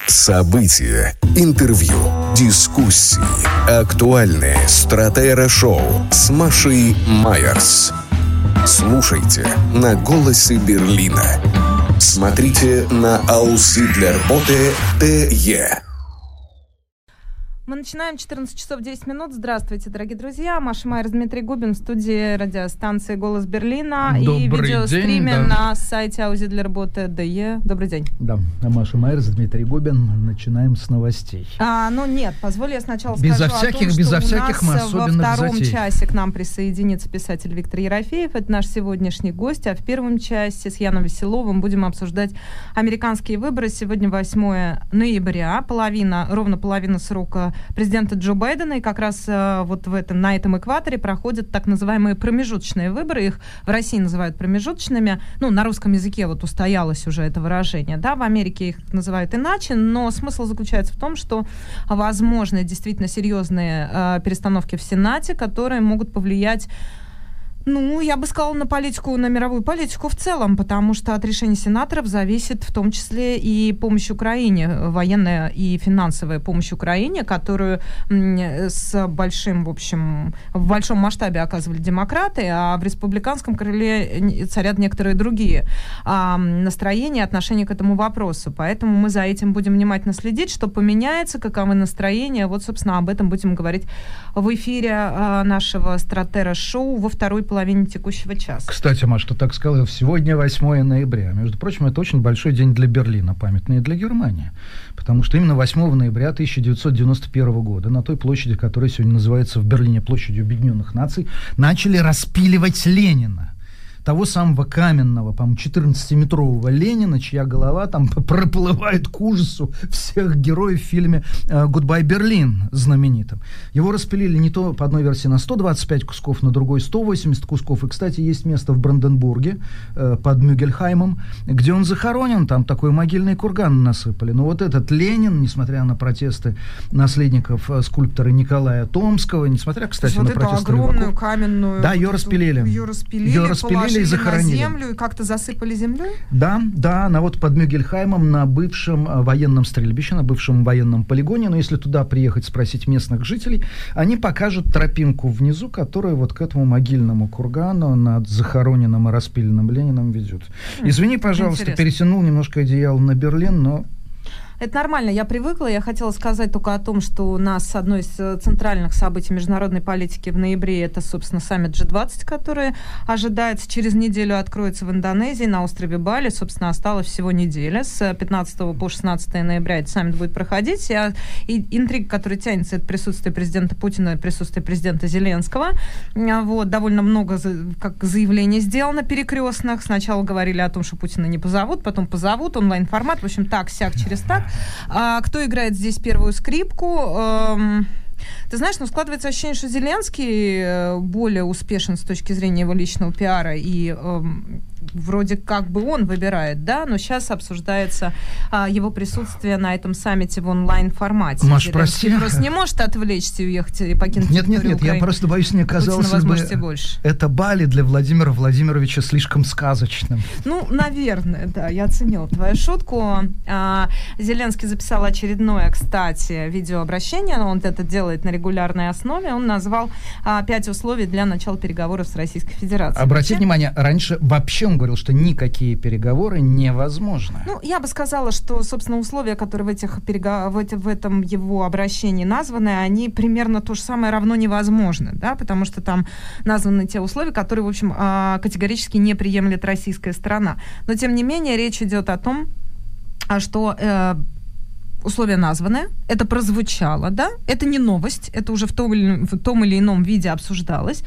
События, интервью, дискуссии, актуальные стратера-шоу с Машей Майерс. Слушайте на «Голосе Берлина». Смотрите на ausidlerbote.de. Мы начинаем 14 часов 10 минут. Здравствуйте, дорогие друзья. Маша Майерс, Дмитрий Губин в студии радиостанции «Голос Берлина» и видеостриме на сайте ausidlerbote.de. Добрый день. Да, Маша Майерс, Дмитрий Губин. Начинаем с новостей. Нет, позволь я сначала безо скажу всяких, о том, безо что всяких у нас во втором затей. часе к нам присоединится писатель Виктор Ерофеев. Это наш сегодняшний гость. А в первом часе с Яном Веселовым будем обсуждать американские выборы. Сегодня 8 ноября, ровно половина срока президента Джо Байдена, и как раз на этом экваторе проходят так называемые промежуточные выборы. Их в России называют промежуточными. На русском языке устоялось уже это выражение. Да, в Америке их называют иначе, но смысл заключается в том, что возможны действительно серьезные перестановки в Сенате, которые могут повлиять, я бы сказала, на мировую политику в целом, потому что от решений сенаторов зависит в том числе и помощь Украине, военная и финансовая помощь Украине, которую в большом масштабе оказывали демократы, а в республиканском крыле царят некоторые другие настроения, отношения к этому вопросу. Поэтому мы за этим будем внимательно следить, что поменяется, каковы настроения. Собственно, об этом будем говорить в эфире нашего Стратера-шоу во второй половине текущего часа. Кстати, Маш, ты так сказал, сегодня 8 ноября. Между прочим, это очень большой день для Берлина, памятный и для Германии. Потому что именно 8 ноября 1991 года на той площади, которая сегодня называется в Берлине площадью Объединенных Наций, начали распиливать Ленина. Того самого каменного, по-моему, 14-метрового Ленина, чья голова там проплывает к ужасу всех героев в фильме «Гудбай, Берлин» знаменитым. Его распилили не то по одной версии на 125 кусков, на другой 180 кусков. И, кстати, есть место в Бранденбурге под Мюгельхаймом, где он захоронен. Там такой могильный курган насыпали. Но этот Ленин, несмотря на протесты наследников скульптора Николая Томского, несмотря, кстати, на протесты огромную леваков, каменную... Да, ее распилили. Ее распилили и захоронили. На землю и как-то засыпали землей? Да, она под Мюгельхаймом на бывшем военном стрельбище, на бывшем военном полигоне. Но если туда приехать, спросить местных жителей, они покажут тропинку внизу, которая к этому могильному кургану над захороненным и распиленным Лениным ведет. Извини, пожалуйста, интересно. Перетянул немножко одеяло на Берлин, но... Это нормально, я привыкла. Я хотела сказать только о том, что у нас одно из центральных событий международной политики в ноябре — это, собственно, саммит G20, который ожидается через неделю, откроется в Индонезии на острове Бали. Собственно, осталось всего неделя. С 15 по 16 ноября этот саммит будет проходить. И интрига, которая тянется, это присутствие президента Путина и присутствие президента Зеленского. Довольно много заявлений сделано перекрестных. Сначала говорили о том, что Путина не позовут, потом позовут, онлайн-формат. В общем, так-сяк через так. Кто играет здесь первую скрипку? Ты знаешь, складывается ощущение, что Зеленский более успешен с точки зрения его личного пиара, и вроде как бы он выбирает, да, но сейчас обсуждается его присутствие на этом саммите в онлайн-формате. Маш, прости. Просто не может отвлечься и уехать и покинуть территорию Украины. Я просто боюсь, мне казалось, бы это Бали для Владимира Владимировича слишком сказочным. Наверное, да, я оценила твою шутку. Зеленский записал очередное, кстати, видеообращение, он это делает на регулярной основе. Он назвал 5 условий для начала переговоров с Российской Федерацией. Обратите внимание, раньше вообще он говорил, что никакие переговоры невозможны. Я бы сказала, что, собственно, условия, которые в этом его обращении названы, они примерно то же самое равно невозможны, да, потому что там названы те условия, которые, в общем, категорически не приемлет российская сторона. Но, тем не менее, речь идет о том, что условия названы, это прозвучало, да, это не новость, это уже в том или ином виде обсуждалось.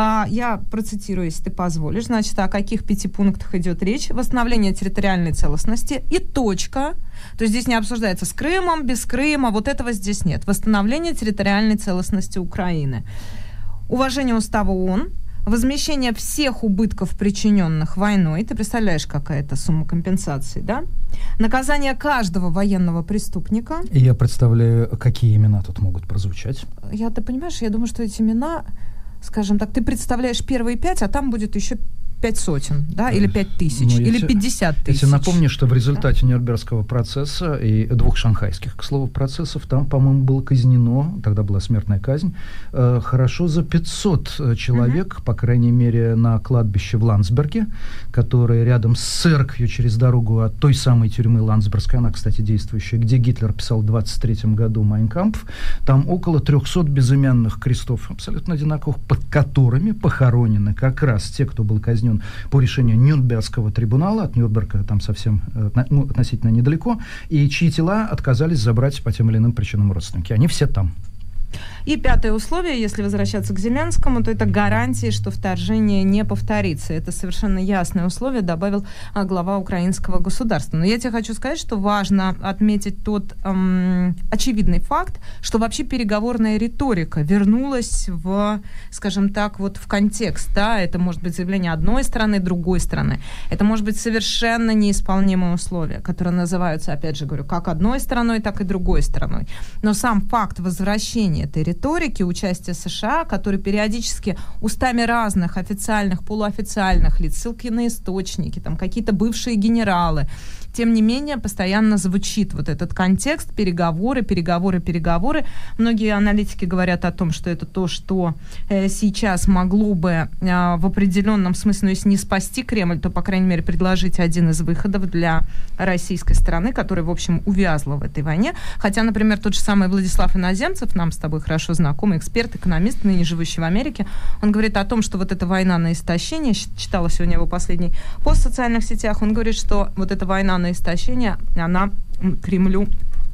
Я процитирую, если ты позволишь. Значит, о каких 5 пунктах идет речь? Восстановление территориальной целостности и точка. То есть здесь не обсуждается с Крымом, без Крыма, этого здесь нет. Восстановление территориальной целостности Украины. Уважение устава ООН, возмещение всех убытков, причиненных войной. Ты представляешь, какая это сумма компенсации, да? Наказание каждого военного преступника. И я представляю, какие имена тут могут прозвучать. Ты понимаешь, я думаю, что эти имена, скажем так, ты представляешь первые 5, а там будет еще 5 сотен, да, или 5 тысяч, или 50 тысяч. Я напомню, что в результате Нюрнбергского процесса и 2 шанхайских, к слову, процессов, там, по-моему, было казнено, тогда была смертная казнь, хорошо за 500 человек, по крайней мере, на кладбище в Ландсберге, которое рядом с церковью через дорогу от той самой тюрьмы Ландсбергской, она, кстати, действующая, где Гитлер писал в 23 году «Майн кампф», там около 300 безымянных крестов, абсолютно одинаковых, под которыми похоронены как раз те, кто был казнен по решению Нюрнбергского трибунала, от Нюрнберга там совсем относительно недалеко, и чьи тела отказались забрать по тем или иным причинам родственники. Они все там. И 5-е условие, если возвращаться к Зеленскому, то это гарантии, что вторжение не повторится. Это совершенно ясное условие, добавил глава украинского государства. Но я тебе хочу сказать, что важно отметить тот очевидный факт, что вообще переговорная риторика вернулась в, скажем так, вот в контекст. Да? Это может быть заявление одной страны, другой страны. Это может быть совершенно неисполнимые условия, которые называются, опять же говорю, как одной страной, так и другой страной. Но сам факт возвращения этой риторики, участия США, который периодически устами разных официальных, полуофициальных лиц, ссылки на источники, там какие-то бывшие генералы, тем не менее, постоянно звучит вот этот контекст, переговоры. Многие аналитики говорят о том, что это то, что сейчас могло бы в определенном смысле, если не спасти Кремль, то, по крайней мере, предложить один из выходов для российской стороны, которая, в общем, увязла в этой войне. Хотя, например, тот же самый Владислав Иноземцев, нам с тобой хорошо знакомый эксперт, экономист, ныне живущий в Америке, он говорит о том, что вот эта война на истощение, читала сегодня его последний пост в социальных сетях, он говорит, что вот эта война на истощение, она Кремлю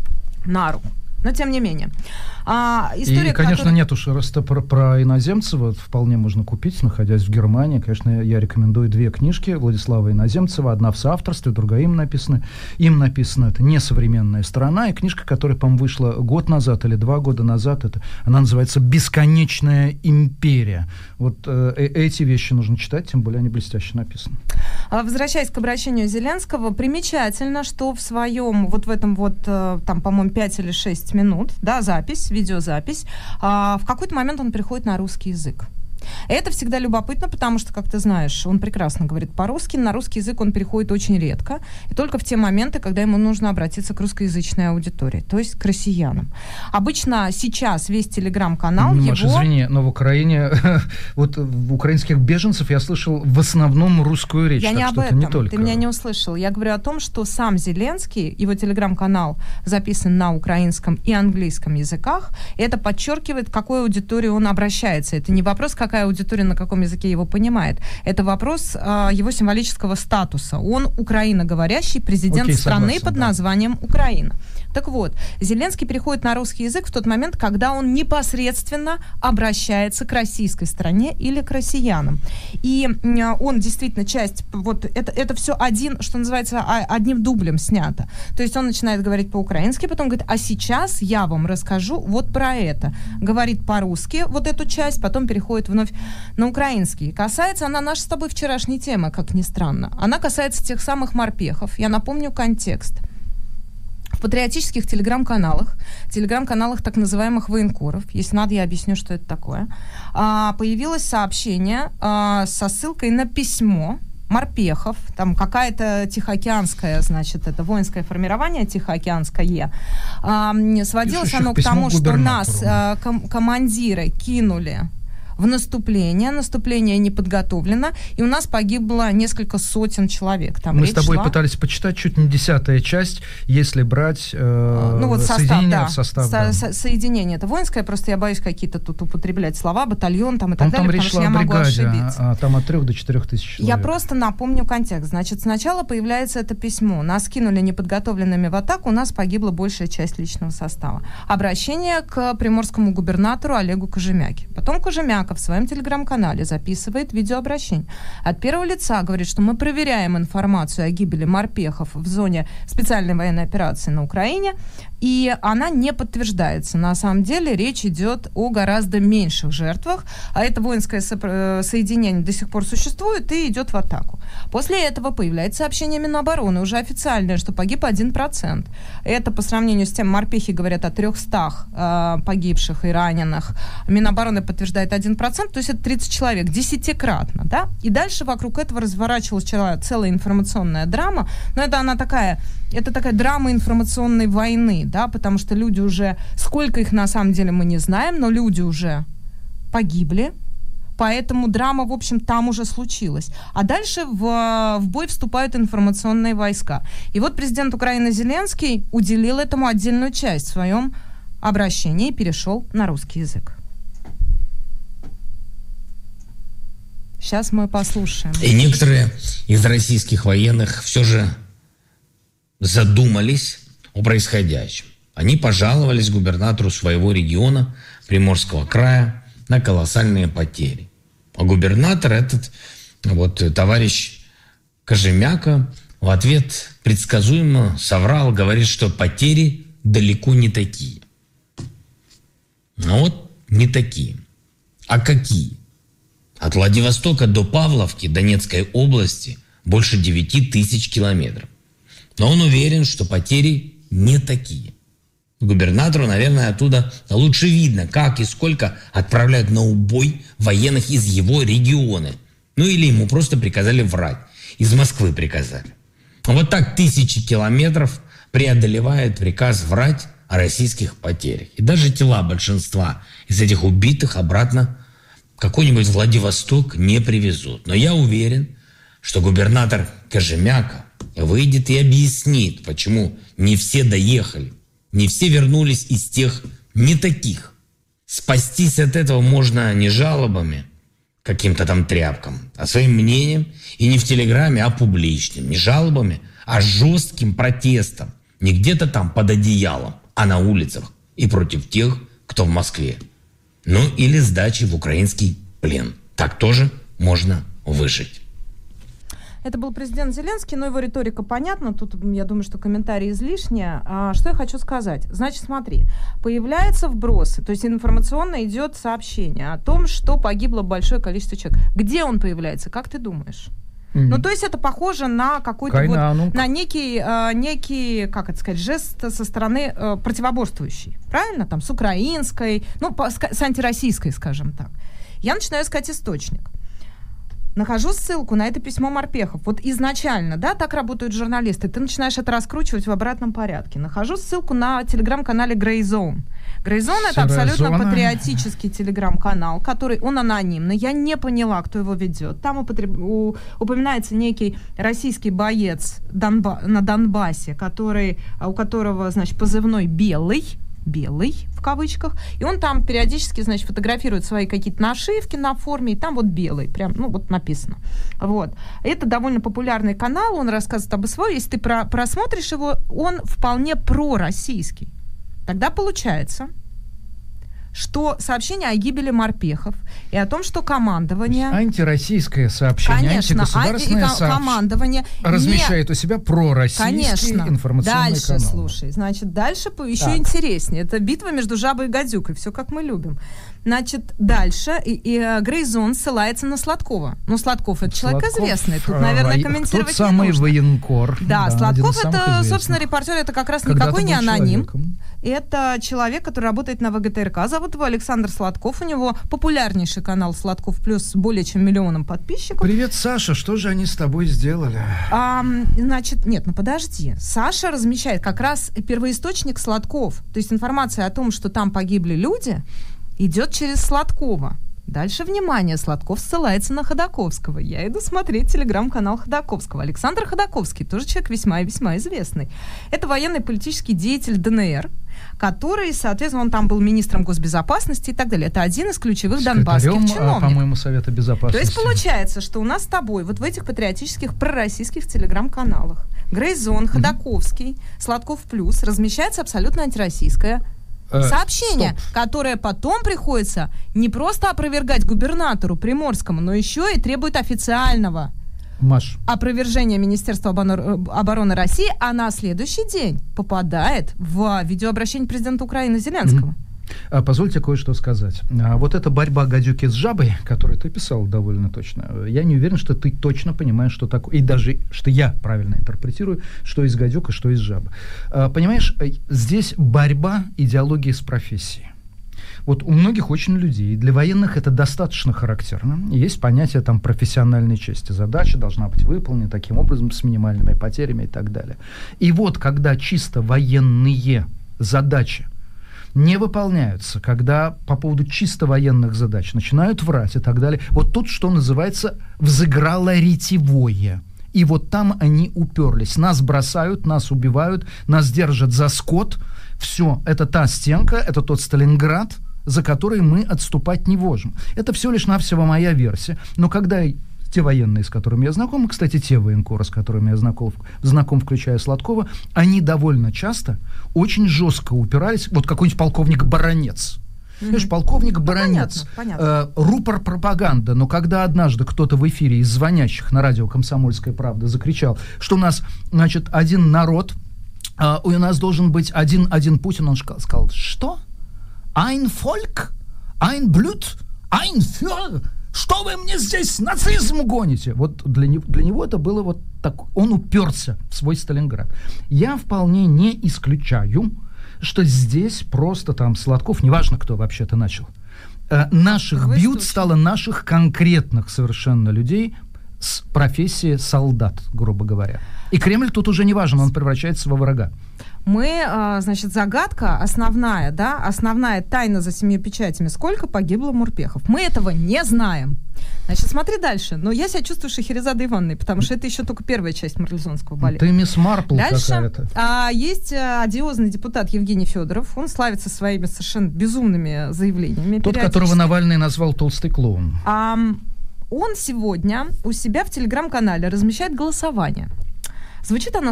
на руку. Но тем не менее. История, конечно, нет уж про Иноземцева вполне можно купить, находясь в Германии. Конечно, я рекомендую 2 книжки Владислава Иноземцева. Одна в соавторстве, другая им написана. Им написана это «Несовременная страна». И книжка, которая, по-моему, вышла год назад или 2 года назад, она называется «Бесконечная империя». Вот эти вещи нужно читать, тем более они блестяще написаны. Возвращаясь к обращению Зеленского, примечательно, что в своем, вот в этом вот, там, по-моему, 5 или 6 минут, да, видеозапись, в какой-то момент он переходит на русский язык. Это всегда любопытно, потому что, как ты знаешь, он прекрасно говорит по-русски, на русский язык он переходит очень редко, и только в те моменты, когда ему нужно обратиться к русскоязычной аудитории, то есть к россиянам. Обычно сейчас весь телеграм-канал Маша, извини, но в Украине, вот в украинских беженцев я слышал в основном русскую речь. Я так не что об этом, не только... ты меня не услышал. Я говорю о том, что сам Зеленский, его телеграм-канал записан на украинском и английском языках, и это подчеркивает, к какой аудитории он обращается. Это не вопрос, какая аудитория на каком языке его понимает. Это вопрос его символического статуса. Он украиноговорящий президент страны, согласен, под названием Украина. Так вот, Зеленский переходит на русский язык в тот момент, когда он непосредственно обращается к российской стране или к россиянам. И он действительно часть, вот это все что называется, одним дублем снято. То есть он начинает говорить по-украински, потом говорит, а сейчас я вам расскажу вот про это. Говорит по-русски вот эту часть, потом переходит вновь на украинский. Касается она нашей с тобой вчерашней темы, как ни странно. Она касается тех самых морпехов. Я напомню контекст. В патриотических телеграм-каналах так называемых военкоров, если надо, я объясню, что это такое, появилось сообщение со ссылкой на письмо морпехов, там какая-то тихоокеанское, значит, это воинское формирование тихоокеанское, сводилось оно к тому, что нас, командиры, кинули в наступление не подготовлено, и у нас погибло несколько сотен человек. Там мы с тобой пытались почитать чуть не 10-я часть, если брать соединение в состав. Соединение. Это воинское, просто я боюсь какие-то тут употреблять слова, батальон там и так далее, потому что я могу ошибиться. Там от 3 до 4 тысяч человек. Я просто напомню контекст. Значит, сначала появляется это письмо. Нас кинули неподготовленными в атаку, у нас погибла большая часть личного состава. Обращение к приморскому губернатору Олегу Кожемяке. Потом Кожемяк в своем телеграм-канале записывает видеообращение. От первого лица говорит, что мы проверяем информацию о гибели морпехов в зоне специальной военной операции на Украине, и она не подтверждается. На самом деле речь идет о гораздо меньших жертвах, а это воинское соединение до сих пор существует и идет в атаку. После этого появляется сообщение Минобороны, уже официальное, что погиб 1%. Это по сравнению с тем, морпехи говорят о 300 погибших и раненых. Минобороны подтверждает 1%, то есть это 30 человек, 10-кратно, да, и дальше вокруг этого разворачивалась целая информационная драма, но это такая драма информационной войны, да, потому что люди уже, сколько их на самом деле мы не знаем, но люди уже погибли, поэтому драма, в общем, там уже случилась. А дальше в бой вступают информационные войска. И вот президент Украины Зеленский уделил этому отдельную часть в своем обращении и перешел на русский язык. Сейчас мы послушаем. И некоторые из российских военных все же задумались о происходящем. Они пожаловались губернатору своего региона, Приморского края, на колоссальные потери. А губернатор этот, товарищ Кожемяка, в ответ предсказуемо соврал, говорит, что потери далеко не такие. Не такие. А какие? От Владивостока до Павловки Донецкой области больше 9 тысяч километров. Но он уверен, что потери не такие. Губернатору, наверное, оттуда лучше видно, как и сколько отправляют на убой военных из его региона. Или ему просто приказали врать. Из Москвы приказали. Вот так 1000 километров преодолевает приказ врать о российских потерях. И даже тела большинства из этих убитых обратно в какой-нибудь Владивосток не привезут. Но я уверен, что губернатор Кожемяка выйдет и объяснит, почему не все доехали, не все вернулись из тех не таких. Спастись от этого можно не жалобами, каким-то там тряпкам, а своим мнением, и не в Телеграме, а публичным. Не жалобами, а жестким протестом. Не где-то там под одеялом, а на улицах и против тех, кто в Москве. Или сдачи в украинский плен. Так тоже можно выжить. Это был президент Зеленский, но его риторика понятна. Тут, я думаю, что комментарии излишние. Что я хочу сказать? Значит, смотри, появляются вбросы, то есть информационно идет сообщение о том, что погибло большое количество человек. Где он появляется, как ты думаешь? То есть это похоже на какой-то на некий, как это сказать, жест со стороны противоборствующей. Правильно? Там с украинской, с антироссийской, скажем так. Я начинаю искать источник. Нахожу ссылку на это письмо Морпехов. Изначально, да, так работают журналисты. Ты начинаешь это раскручивать в обратном порядке. Нахожу ссылку на телеграм-канале Grey Zone. Grey Zone — это абсолютно патриотический телеграм-канал, он анонимный. Я не поняла, кто его ведет. Там упоминается некий российский боец на Донбассе, у которого, значит, позывной «Белый», в кавычках, и он там периодически, значит, фотографирует свои какие-то нашивки на форме, и там белый, прям, написано. Это довольно популярный канал, он рассказывает об СВО, если ты просмотришь его, он вполне пророссийский. Тогда получается, что сообщение о гибели морпехов и о том, что командование... Антироссийское сообщение, конечно, антигосударственное командование размещает у себя пророссийский информационный дальше, канал. Слушай, значит, дальше еще интереснее. Это битва между жабой и гадюкой, все как мы любим. Значит, дальше Grey Zone ссылается на Сладкова. Сладков — это человек известный. Тут, наверное, комментировать тот самый не нужно. Военкор. Да, Сладков — это, собственно, репортер, это как раз никакой не аноним. Человеком. Это человек, который работает на ВГТРК. Зовут его Александр Сладков. У него популярнейший канал «Сладков плюс» с более чем 1 миллионом подписчиков. Привет, Саша. Что же они с тобой сделали? Значит, нет, подожди. Саша размещает как раз первоисточник Сладков. То есть информация о том, что там погибли люди, идет через Сладкова. Дальше, внимание, Сладков ссылается на Ходаковского. Я иду смотреть телеграм-канал Ходаковского. Александр Ходаковский, тоже человек весьма и весьма известный. Это военный политический деятель ДНР, который, соответственно, он там был министром госбезопасности и так далее. Это один из ключевых донбасских чиновников. По-моему, Совета Безопасности. То есть получается, что у нас с тобой в этих патриотических пророссийских телеграм-каналах Grey Zone, Ходаковский, Сладков плюс размещается абсолютно антироссийское сообщение, которое потом приходится не просто опровергать губернатору Приморскому, но еще и требует официального опровержения Министерства обороны России, а на следующий день попадает в видеообращение президента Украины Зеленского. Позвольте кое-что сказать. Вот эта борьба гадюки с жабой, которую ты писал довольно точно, я не уверен, что ты точно понимаешь, что такое, и даже, что я правильно интерпретирую, что из гадюка, что из жабы. Понимаешь, здесь борьба идеологии с профессией. Вот у многих очень людей, для военных это достаточно характерно. Есть понятие там профессиональной чести. Задача должна быть выполнена таким образом, с минимальными потерями и так далее. И вот когда чисто военные задачи не выполняются, когда по поводу чисто военных задач начинают врать и так далее, вот тут, что называется, взыграло ретевое. И вот там они уперлись. Нас бросают, нас убивают, нас держат за скот. Все, это та стенка, это тот Сталинград, за который мы отступать не можем. Это все лишь навсего моя версия. Но когда те военные, с которыми я знаком, кстати, те военкоры, с которыми я знаком, включая Сладкова, они довольно часто очень жестко упирались. Вот какой-нибудь полковник Баранец. Знаешь, полковник Баранец, понятно. Рупор пропаганды, но когда однажды кто-то в эфире из звонящих на радио «Комсомольская правда» закричал, что у нас, значит, один народ, у нас должен быть один Путин, он сказал, что? Ein Volk? Ein Blut? Ein Führer? Что вы мне здесь нацизм гоните? Вот для него это было вот так. Он уперся в свой Сталинград. Я вполне не исключаю, что здесь просто там Сладков, неважно, кто вообще-то начал, наших бьют стало наших конкретных совершенно людей с профессии солдат, грубо говоря. И Кремль тут уже не важен, он превращается во врага. Мы, значит, загадка основная, да, основная тайна за 7 печатями. Сколько погибло морпехов? Мы этого не знаем. Значит, смотри дальше. Но я себя чувствую Шахерезадой Ивановной, потому что это еще только первая часть марлезонского балета. Ты мисс Марпл какая-то. Дальше есть одиозный депутат Евгений Федоров. Он славится своими совершенно безумными заявлениями. Тот, которого Навальный назвал толстый клоун. Он сегодня у себя в телеграм-канале размещает голосование. Звучит оно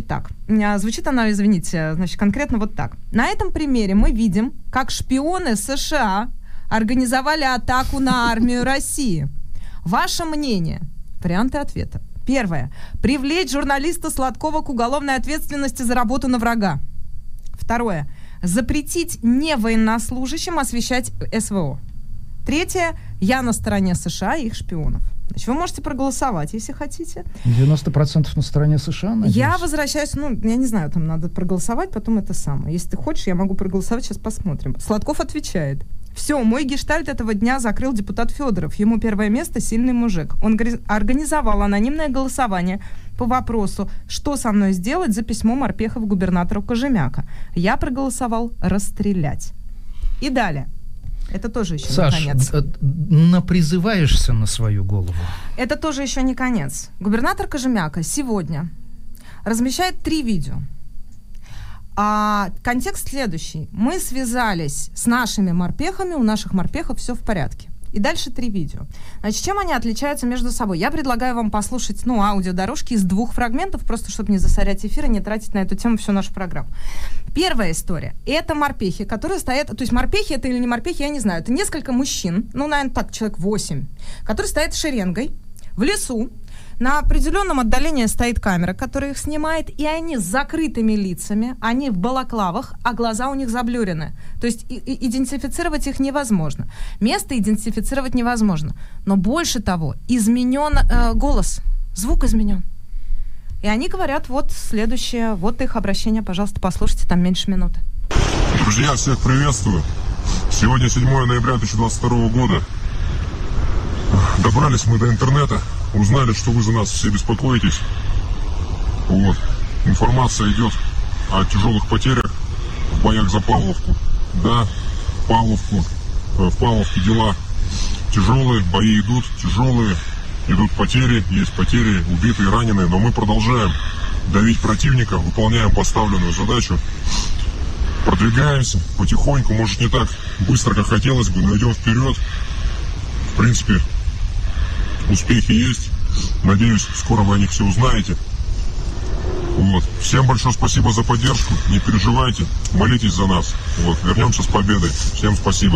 извините, значит, конкретно вот так. На этом примере мы видим, как шпионы США организовали атаку на армию России. Ваше мнение? Варианты ответа. Первое. Привлечь журналиста Сладкова к уголовной ответственности за работу на врага. Второе. Запретить невоеннослужащим освещать СВО. Третье. Я на стороне США и их шпионов. Значит, вы можете проголосовать, если хотите. 90% на стороне США, надеюсь? Я возвращаюсь, я не знаю, там надо проголосовать, потом это самое. Если ты хочешь, я могу проголосовать, сейчас посмотрим. Сладков отвечает. Все, мой гештальт этого дня закрыл депутат Федоров. Ему первое место — сильный мужик. Он организовал анонимное голосование по вопросу, что со мной сделать за письмо морпехов губернатору Кожемяка. Я проголосовал расстрелять. И далее. Это тоже еще Саш, не конец. напризываешься на свою голову. Это тоже еще не конец. Губернатор Кожемяка сегодня размещает 3 видео. Контекст следующий. Мы связались с нашими морпехами, у наших морпехов все в порядке. И дальше 3 видео. Значит, чем они отличаются между собой? Я предлагаю вам послушать, аудиодорожки из 2 фрагментов, просто чтобы не засорять эфир и не тратить на эту тему всю нашу программу. Первая история. Это морпехи, которые стоят... То есть морпехи это или не морпехи, я не знаю. Это несколько мужчин, наверное, так, человек 8, которые стоят шеренгой в лесу. На определенном отдалении стоит камера, которая их снимает, и они с закрытыми лицами, они в балаклавах, а глаза у них заблюрены. То есть идентифицировать их невозможно. Место идентифицировать невозможно. Но больше того, изменен голос, звук изменен. И они говорят, вот следующее, вот их обращение, пожалуйста, послушайте, там меньше минуты. Друзья, всех приветствую. Сегодня 7 ноября 2022 года. Добрались мы до интернета. Узнали, что вы за нас все беспокоитесь. Вот. Информация идет о тяжелых потерях в боях за Павловку. Да, в Павловке дела тяжелые, бои идут тяжелые, идут потери, есть потери, убитые, раненые, но мы продолжаем давить противника, выполняем поставленную задачу, продвигаемся потихоньку, может не так быстро, как хотелось бы, но идем вперед. В принципе, успехи есть. Надеюсь, скоро вы о них все узнаете. Вот. Всем большое спасибо за поддержку. Не переживайте, молитесь за нас. Вот. Вернемся с победой. Всем спасибо.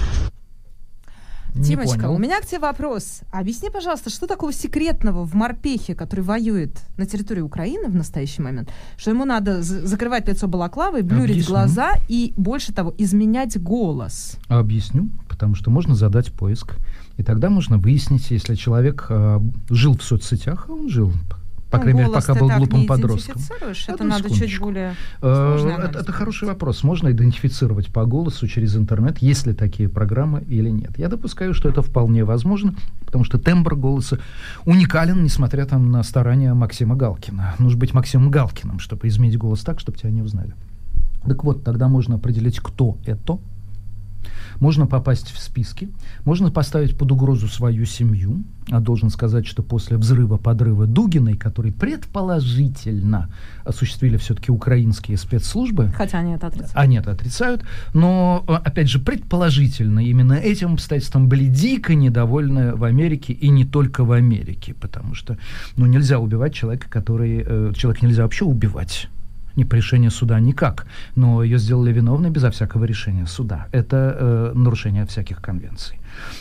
Тимочка, у меня к тебе вопрос. Объясни, пожалуйста, что такого секретного в морпехе, который воюет на территории Украины в настоящий момент, что ему надо закрывать лицо балаклавой, блюрить глаза и, больше того, изменять голос? Объясню, потому что можно задать поиск. И тогда можно выяснить, если человек жил в соцсетях, а он жил По крайней мере, пока был глупым подростком. Это надо чуть более сложный анализ. Это хороший вопрос. Можно идентифицировать по голосу через интернет, есть ли такие программы или нет. Я допускаю, что это вполне возможно, потому что тембр голоса уникален, несмотря там на старания Максима Галкина. Нужно быть Максимом Галкиным, чтобы изменить голос так, чтобы тебя не узнали. Так вот, тогда можно определить, кто это. Можно попасть в списки, можно поставить под угрозу свою семью. А должен сказать, что после подрыва Дугиной, который предположительно осуществили все-таки украинские спецслужбы. Хотя они это отрицают. Они это отрицают. Но, опять же, предположительно, именно этим обстоятельством были дико недовольны в Америке, и не только в Америке. Потому что нельзя убивать человека, человека нельзя вообще убивать. Не по решению суда никак, но ее сделали виновной безо всякого решения суда. Это нарушение всяких конвенций.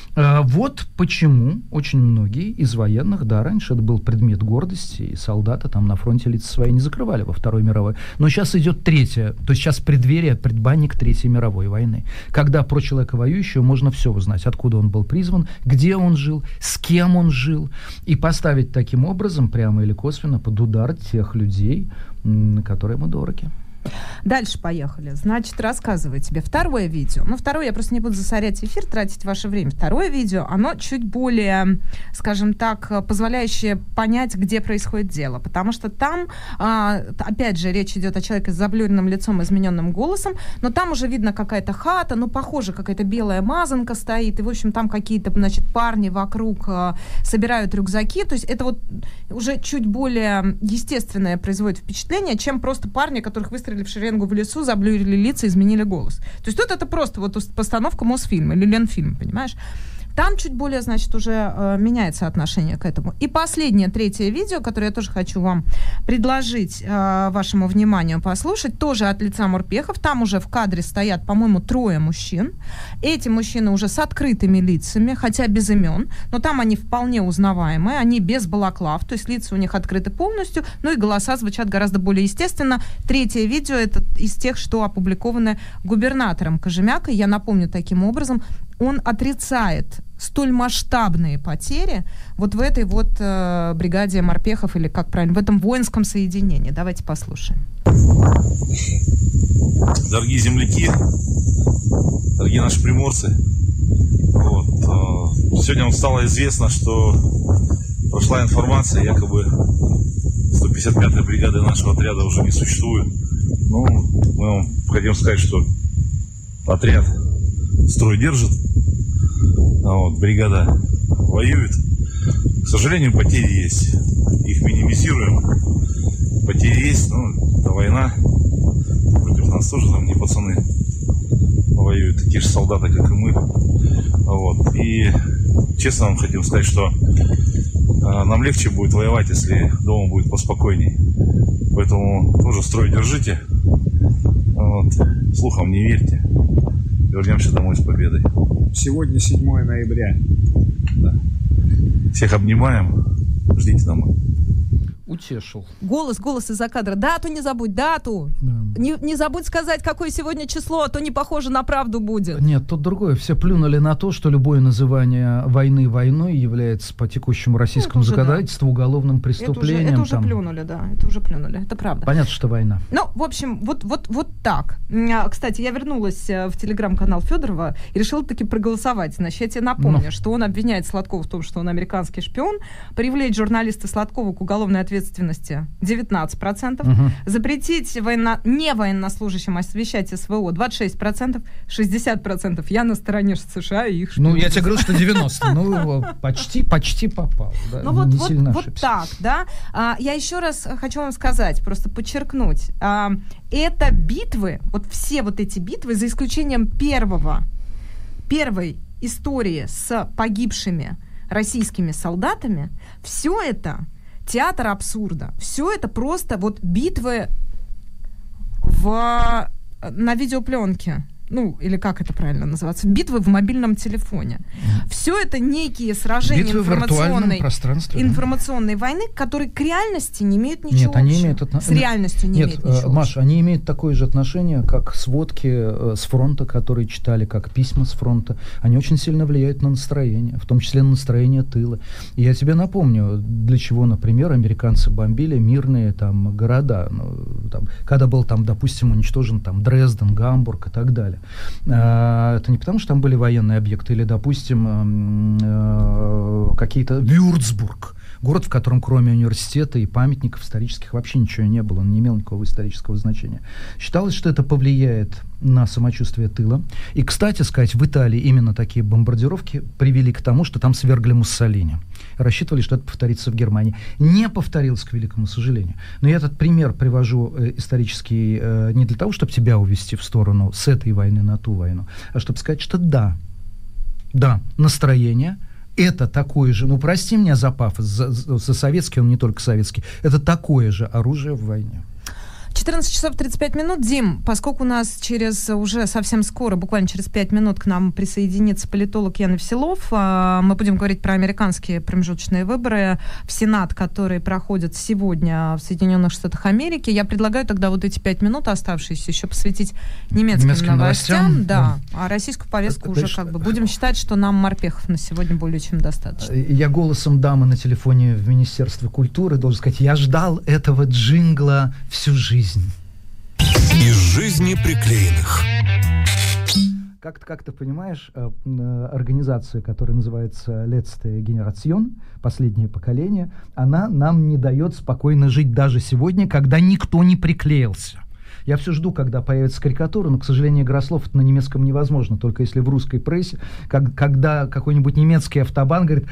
Вот почему очень многие из военных, да, раньше это был предмет гордости, и солдаты там на фронте лица свои не закрывали во Второй мировой. Но сейчас идет третья, то есть сейчас преддверие, предбанник Третьей мировой войны, когда про человека воюющего можно все узнать, откуда он был призван, где он жил, с кем он жил, и поставить таким образом, прямо или косвенно, под удар тех людей, которые ему дороги. Дальше поехали. Значит, рассказываю тебе. Второе видео. Второе, я просто не буду засорять эфир, тратить ваше время. Второе видео, оно чуть более, скажем так, позволяющее понять, где происходит дело. Потому что там, опять же, речь идет о человеке с заблюренным лицом, измененным голосом, но там уже видно какая-то хата, похоже, какая-то белая мазанка стоит, и, в общем, там какие-то, парни вокруг собирают рюкзаки. То есть это вот уже чуть более естественное производит впечатление, чем просто парни, которых выстроили в шеренгу в лесу, заблюрили лица, изменили голос. То есть тут это просто вот постановка Мосфильма или Ленфильма, понимаешь? Там чуть более, значит, уже меняется отношение к этому. И последнее, третье видео, которое я тоже хочу вам предложить вашему вниманию послушать, тоже от лица морпехов. Там уже в кадре стоят, по-моему, 3 мужчин. Эти мужчины уже с открытыми лицами, хотя без имен, но там они вполне узнаваемые, они без балаклав, то есть лица у них открыты полностью, и голоса звучат гораздо более естественно. Третье видео — это из тех, что опубликованы губернатором Кожемякой. Я напомню, таким образом, он отрицает столь масштабные потери вот в этой вот бригаде морпехов, или как правильно, в этом воинском соединении. Давайте послушаем. Дорогие земляки, дорогие наши приморцы, сегодня стало известно, что прошла информация, якобы 155-й бригады нашего отряда уже не существует. Мы вам хотим сказать, что отряд строй держит, бригада воюет. К сожалению, потери есть. Их минимизируем. Потери есть, это война. Против нас тоже там не пацаны воюют, такие же солдаты, как и мы. И честно вам хотим сказать, что нам легче будет воевать, если дома будет поспокойней. Поэтому тоже строй держите. Слухам не верьте. Вернемся домой с победой. Сегодня 7 ноября. Да. Всех обнимаем. Ждите домой. Утешил. Голос из-за кадра. Дату не забудь, дату. Да. Не забудь сказать, какое сегодня число, а то не похоже на правду будет. Нет, тут другое. Все плюнули на то, что любое называние войны войной является по текущему российскому законодательству уголовным преступлением. Это уже плюнули, да. Это уже плюнули. Это правда. Понятно, что война. В общем, вот так. Кстати, я вернулась в телеграм-канал Федорова и решила таки проголосовать. Значит, я тебе напомню, что он обвиняет Сладкова в том, что он американский шпион, привлечь журналиста Сладкова к уголовной ответственности 19%, запретить не военнослужащим освещать СВО 26%, 60%. Я на стороне США и их шпионов. Я тебе говорю, что 90%. Почти попал. Да? Вот так, да. Я еще раз хочу вам сказать, просто подчеркнуть. Это битвы, вот все вот эти битвы, за исключением первой истории с погибшими российскими солдатами, все это театр абсурда. Все это просто битвы на видеопленке. ну, или как это правильно называется, битвы в мобильном телефоне. Все это некие сражения информационной войны, которые к реальности не имеют ничего общего. С реальностью не имеют ничего общего. Маш, они имеют такое же отношение, как сводки с фронта, которые читали, как письма с фронта. Они очень сильно влияют на настроение, в том числе на настроение тыла. И я тебе напомню, для чего, например, американцы бомбили мирные там города. Ну, там, когда был там, допустим, уничтожен там Дрезден, Гамбург и так далее. Это не потому, что там были военные объекты, или, допустим, какие-то Вюрцбург, город, в котором кроме университета и памятников исторических вообще ничего не было, он не имел никакого исторического значения. Считалось, что это повлияет на самочувствие тыла. И, кстати сказать, в Италии именно такие бомбардировки привели к тому, что там свергли Муссолини. Рассчитывали, что это повторится в Германии. Не повторилось, к великому сожалению. Но я этот пример привожу исторический не для того, чтобы тебя увести в сторону с этой войны на ту войну, а чтобы сказать, что да, настроение это такое же, ну прости меня за пафос, за советский, он не только советский, это такое же оружие в войне. 14 часов 35 минут. Дим, поскольку у нас уже совсем скоро, буквально через 5 минут к нам присоединится политолог Ян Веселов, мы будем говорить про американские промежуточные выборы в Сенат, которые проходят сегодня в Соединенных Штатах Америки. Я предлагаю тогда вот эти 5 минут оставшиеся еще посвятить немецким новостям. Да. А российскую повестку уже будем считать, что нам морпехов на сегодня более чем достаточно. Я голосом дамы на телефоне в Министерстве культуры должен сказать, я ждал этого джингла всю жизнь. Из жизни приклеенных. Как ты понимаешь, организация, которая называется «Letzte Generation», «Последнее поколение», она нам не дает спокойно жить даже сегодня, когда никто не приклеился. Я все жду, когда появится карикатура, но, к сожалению, Грослов это на немецком невозможно, только если в русской прессе, когда какой-нибудь немецкий автобан говорит,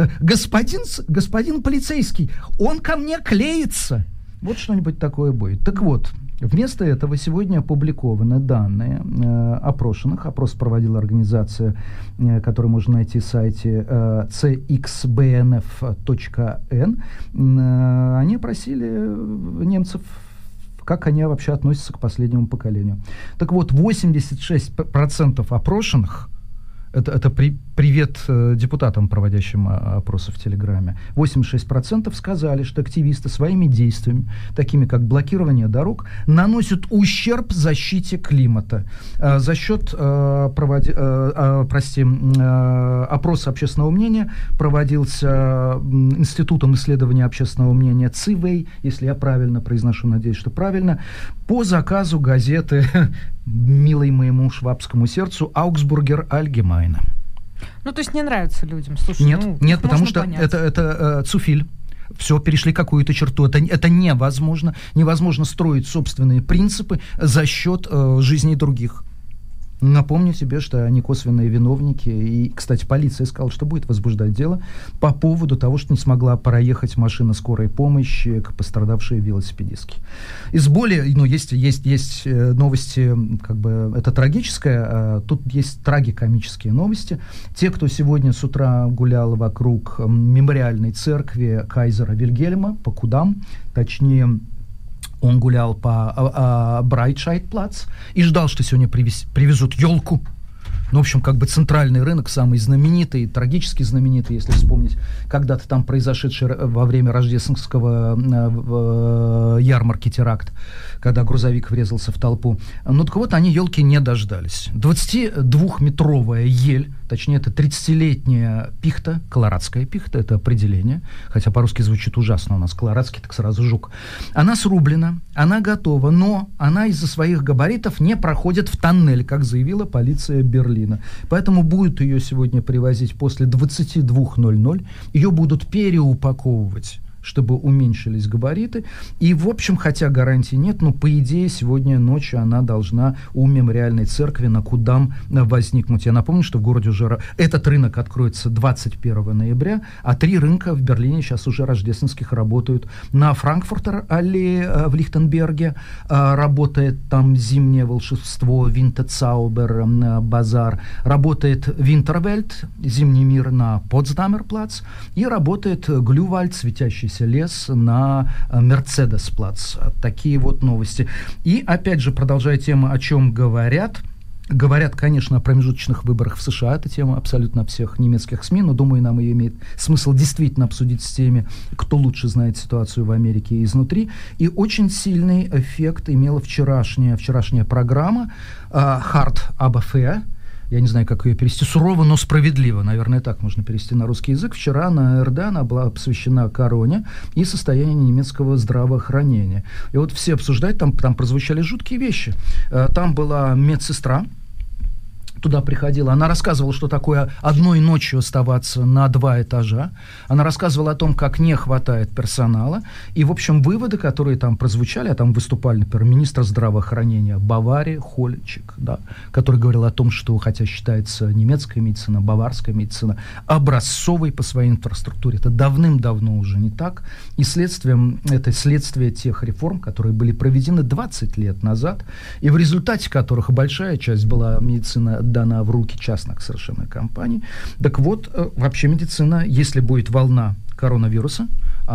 господин полицейский, он ко мне клеится. Вот что-нибудь такое будет. Так вот, вместо этого сегодня опубликованы данные опрошенных. Опрос проводила организация, которую можно найти на сайте cxbnf.n. Они опросили немцев, как они вообще относятся к последнему поколению. Так вот, 86% опрошенных, это привет депутатам, проводящим опросы в Телеграме, 86% сказали, что активисты своими действиями, такими как блокирование дорог, наносят ущерб защите климата. За счет опроса общественного мнения проводился Институтом исследования общественного мнения ЦИВЭЙ, если я правильно произношу, надеюсь, что правильно, по заказу газеты «Милой моему швабскому сердцу» «Аугсбургер Альгемайне». Ну, то есть не нравится людям. Слушай, нет, потому что это цуфиль. Все, перешли какую-то черту. Это невозможно. Невозможно строить собственные принципы за счет жизни других. Напомню тебе, что они косвенные виновники. И, кстати, полиция сказала, что будет возбуждать дело по поводу того, что не смогла проехать машина скорой помощи к пострадавшей велосипедистке. Из более, есть новости, это трагическое, тут есть трагикомические новости. Те, кто сегодня с утра гулял вокруг мемориальной церкви кайзера Вильгельма, по Кудам, точнее, он гулял по Брайтшайд-плац и ждал, что сегодня привезут елку. Ну, в общем, центральный рынок, самый знаменитый, трагически знаменитый, если вспомнить, когда-то там произошедший во время рождественского ярмарки теракт, когда грузовик врезался в толпу. Ну, так вот, они елки не дождались. 22-метровая ель, точнее, это 30-летняя пихта, колорадская пихта, это определение, хотя по-русски звучит ужасно у нас, колорадский, так сразу жук. Она срублена, она готова, но она из-за своих габаритов не проходит в тоннель, как заявила полиция Берлина. Поэтому будут ее сегодня привозить после 22:00. Ее будут переупаковывать, чтобы уменьшились габариты. И, в общем, хотя гарантий нет, но, по идее, сегодня ночью она должна у мемориальной церкви на Кудам возникнуть. Я напомню, что в городе уже этот рынок откроется 21 ноября, а 3 рынка в Берлине сейчас уже рождественских работают. На Франкфуртер-аллее в Лихтенберге работает там зимнее волшебство, Винтерцаубер, базар. Работает Винтервельт, зимний мир на Потсдамерплац. И работает Глювальд, светящийся лес на Мерцедесплац. Такие вот новости. И, опять же, продолжая тему, о чем говорят, Говорят, конечно, о промежуточных выборах в США. Это тема абсолютно всех немецких СМИ, но, думаю, нам ее имеет смысл действительно обсудить с теми, кто лучше знает ситуацию в Америке изнутри. И очень сильный эффект имела вчерашняя программа «Hard aber fair». Я не знаю, как ее перевести. Сурово, но справедливо. Наверное, так можно перевести на русский язык. Вчера на АРД она была посвящена короне и состоянию немецкого здравоохранения. И вот все обсуждают, там прозвучали жуткие вещи. Там была медсестра, туда приходила, она рассказывала, что такое одной ночью оставаться на 2 этажа, она рассказывала о том, как не хватает персонала, и, в общем, выводы, которые там прозвучали, а там выступали, например, министр здравоохранения Баварии Хольчик, да, который говорил о том, что, хотя считается немецкая медицина, баварская медицина образцовой по своей инфраструктуре, это давным-давно уже не так, и это следствие тех реформ, которые были проведены 20 лет назад, и в результате которых большая часть была медицина дана в руки частных совершенно компаний. Так вот, вообще медицина, если будет волна коронавируса,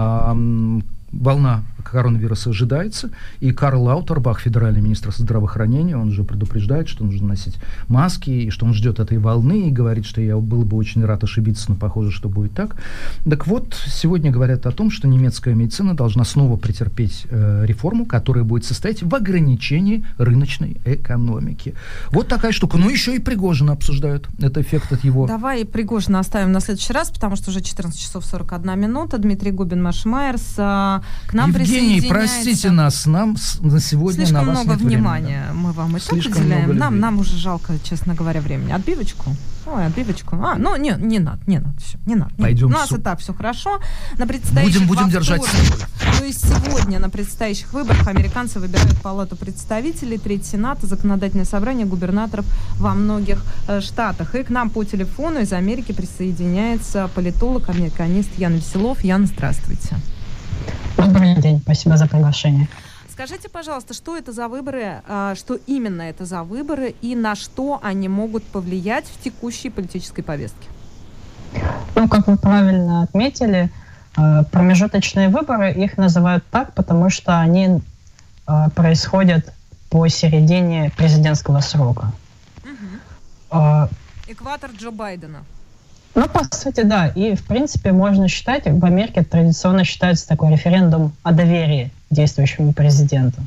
волна коронавируса ожидается, и Карл Лаутербах, федеральный министр здравоохранения, он же предупреждает, что нужно носить маски, и что он ждет этой волны, и говорит, что я был бы очень рад ошибиться, но похоже, что будет так. Так вот, сегодня говорят о том, что немецкая медицина должна снова претерпеть реформу, которая будет состоять в ограничении рыночной экономики. Вот такая штука. Ну, еще и Пригожина обсуждают. Это эффект от его... Давай Пригожина оставим на следующий раз, потому что уже 14 часов 41 минута. Дмитрий Губин-Машмайерс к нам Евгений, простите нас, нам на сегодня слишком на вас много нет внимания времени, да. мы вам и так уделяем. Нам уже жалко, честно говоря, времени. Отбивочку? Ой, отбивочку. Ну, не надо, все, не надо. Пойдем. У нас и так все хорошо. На предстоящих будем держать. То есть сегодня на предстоящих выборах американцы выбирают Палату представителей, Треть Сената, Законодательное собрание, губернаторов во многих штатах. И к нам по телефону из Америки присоединяется политолог, американист Ян Веселов. Ян, здравствуйте. Добрый день, спасибо за приглашение. Скажите, пожалуйста, что это за выборы, что именно это за выборы и на что они могут повлиять в текущей политической повестке? Ну, как вы правильно отметили, промежуточные выборы, их называют так, потому что они происходят по середине президентского срока. Экватор Джо Байдена. Ну, по сути, да. И, в принципе, можно считать, в Америке традиционно считается такой референдум о доверии действующему президенту.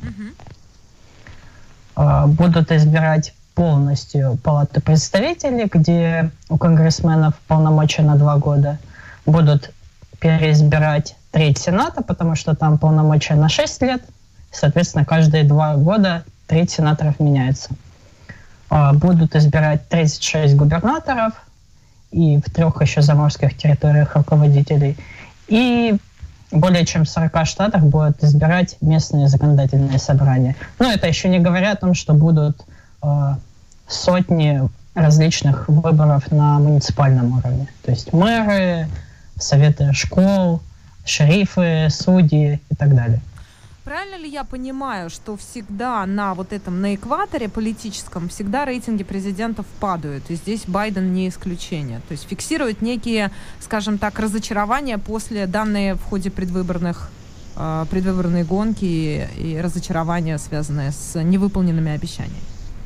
Будут избирать полностью Палату представителей, где у конгрессменов полномочия на 2 года. Будут переизбирать Треть Сената, потому что там полномочия на 6 лет. Соответственно, каждые 2 года Треть сенаторов меняется. Будут избирать 36 губернаторов и в 3 еще заморских территориях руководителей. И более чем в 40 штатах будут избирать местные законодательные собрания. Но это еще не говоря о том, что будут сотни различных выборов на муниципальном уровне. То есть мэры, советы школ, шерифы, судьи и так далее. Правильно ли я понимаю, что всегда на экваторе политическом всегда рейтинги президентов падают, и здесь Байден не исключение? То есть фиксирует некие, скажем так, разочарования после данные в ходе предвыборной гонки и разочарования, связанные с невыполненными обещаниями?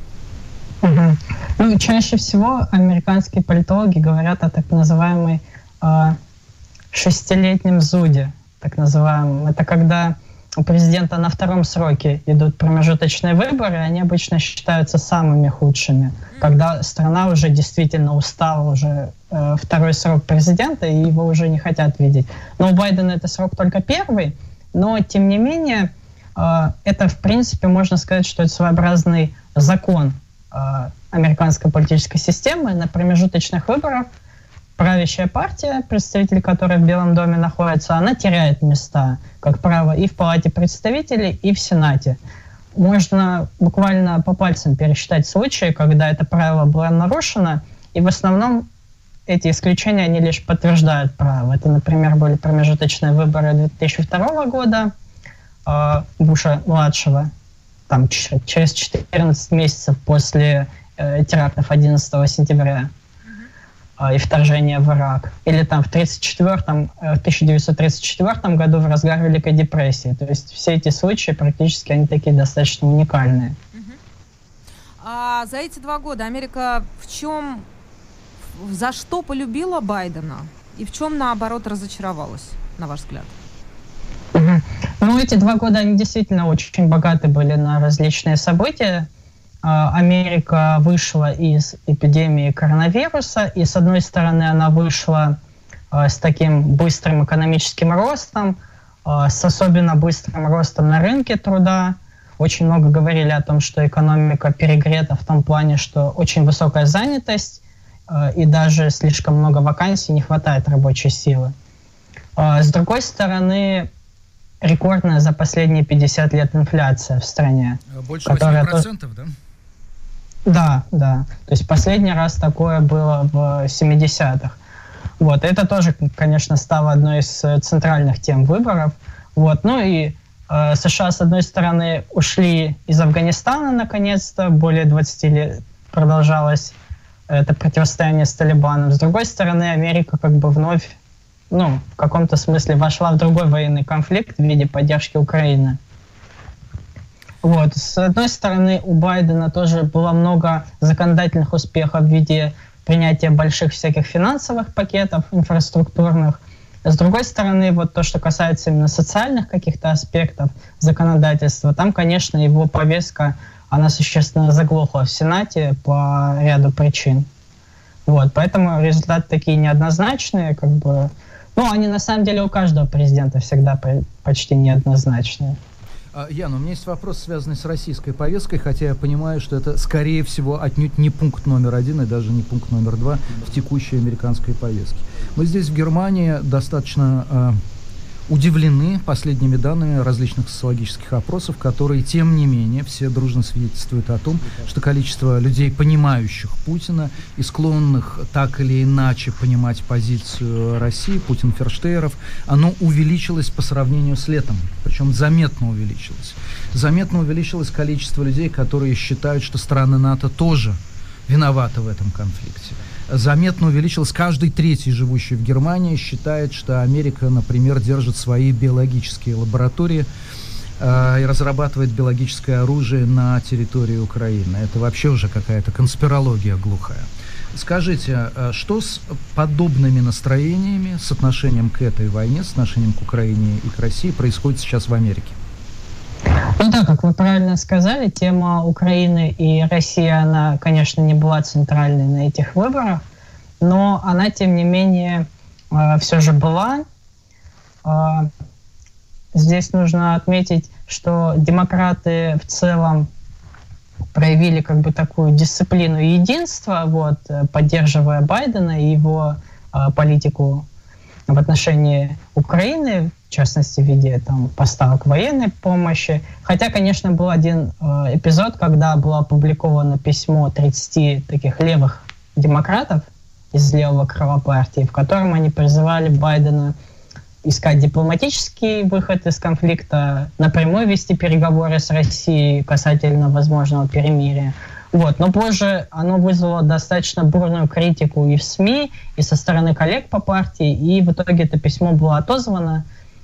Ну, чаще всего американские политологи говорят о так называемой 6-летнем зуде, так называемом. Это когда у президента на 2-м сроке идут промежуточные выборы, они обычно считаются самыми худшими, когда страна уже действительно устала, уже 2-й срок президента, и его уже не хотят видеть. Но у Байдена это срок только 1-й, но, тем не менее, это, в принципе, можно сказать, что это своеобразный закон американской политической системы. На промежуточных выборах правящая партия, представители которой в Белом доме находятся, она теряет места, как правило, и в Палате представителей, и в Сенате. Можно буквально по пальцам пересчитать случаи, когда это правило было нарушено, и в основном эти исключения, они лишь подтверждают правило. Это, например, были промежуточные выборы 2002 года Буша-младшего, там через 14 месяцев после терактов 11 сентября и вторжения в Ирак. Или там в 1934 году в разгар Великой депрессии. То есть все эти случаи практически они такие достаточно уникальные. А за эти 2 года Америка за что полюбила Байдена и в чем, наоборот, разочаровалась, на ваш взгляд? Ну, эти 2 года, они действительно очень богаты были на различные события. Америка вышла из эпидемии коронавируса, и, с одной стороны, она вышла с таким быстрым экономическим ростом, с особенно быстрым ростом на рынке труда. Очень много говорили о том, что экономика перегрета в том плане, что очень высокая занятость, и даже слишком много вакансий, не хватает рабочей силы. С другой стороны, рекордная за последние 50 лет инфляция в стране. Больше 8%, да? Да. То есть последний раз такое было в 70-х. Вот. Это тоже, конечно, стало одной из центральных тем выборов. Вот. Ну и США, с одной стороны, ушли из Афганистана, наконец-то. Более 20 лет продолжалось это противостояние с Талибаном. С другой стороны, Америка как бы вновь, в каком-то смысле вошла в другой военный конфликт в виде поддержки Украины. Вот. С одной стороны, у Байдена тоже было много законодательных успехов в виде принятия больших всяких финансовых пакетов, инфраструктурных. С другой стороны, вот то, что касается именно социальных каких-то аспектов законодательства, там, конечно, его повестка, она существенно заглохла в Сенате по ряду причин. Вот. Поэтому результаты такие неоднозначные, как бы. Они на самом деле у каждого президента всегда почти неоднозначные. Яна, у меня есть вопрос, связанный с российской повесткой, хотя я понимаю, что это, скорее всего, отнюдь не пункт номер 1 и даже не пункт номер 2 в текущей американской повестке. Мы здесь, в Германии, достаточно удивлены последними данными различных социологических опросов, которые, тем не менее, все дружно свидетельствуют о том, что количество людей, понимающих Путина и склонных так или иначе понимать позицию России, путинферштейеров, оно увеличилось по сравнению с летом, причем заметно увеличилось. Заметно увеличилось количество людей, которые считают, что страны НАТО тоже виноваты в этом конфликте. Заметно увеличилось. Каждый третий, живущий в Германии, считает, что Америка, например, держит свои биологические лаборатории и разрабатывает биологическое оружие на территории Украины. Это вообще уже какая-то конспирология глухая. Скажите, что с подобными настроениями, с отношением к этой войне, с отношением к Украине и к России происходит сейчас в Америке? Да, как вы правильно сказали, тема Украины и России, она, конечно, не была центральной на этих выборах, но она, тем не менее, все же была. Здесь нужно отметить, что демократы в целом проявили как бы такую дисциплину и единство, поддерживая Байдена и его политику в отношении Украины, в частности, в виде поставок военной помощи. Хотя, конечно, был один эпизод, когда было опубликовано письмо 30 таких левых демократов из левого крыла партии, в котором они призывали Байдена искать дипломатический выход из конфликта, напрямую вести переговоры с Россией касательно возможного перемирия. Но позже оно вызвало достаточно бурную критику и в СМИ, и со стороны коллег по партии, и в итоге это письмо было отозвано.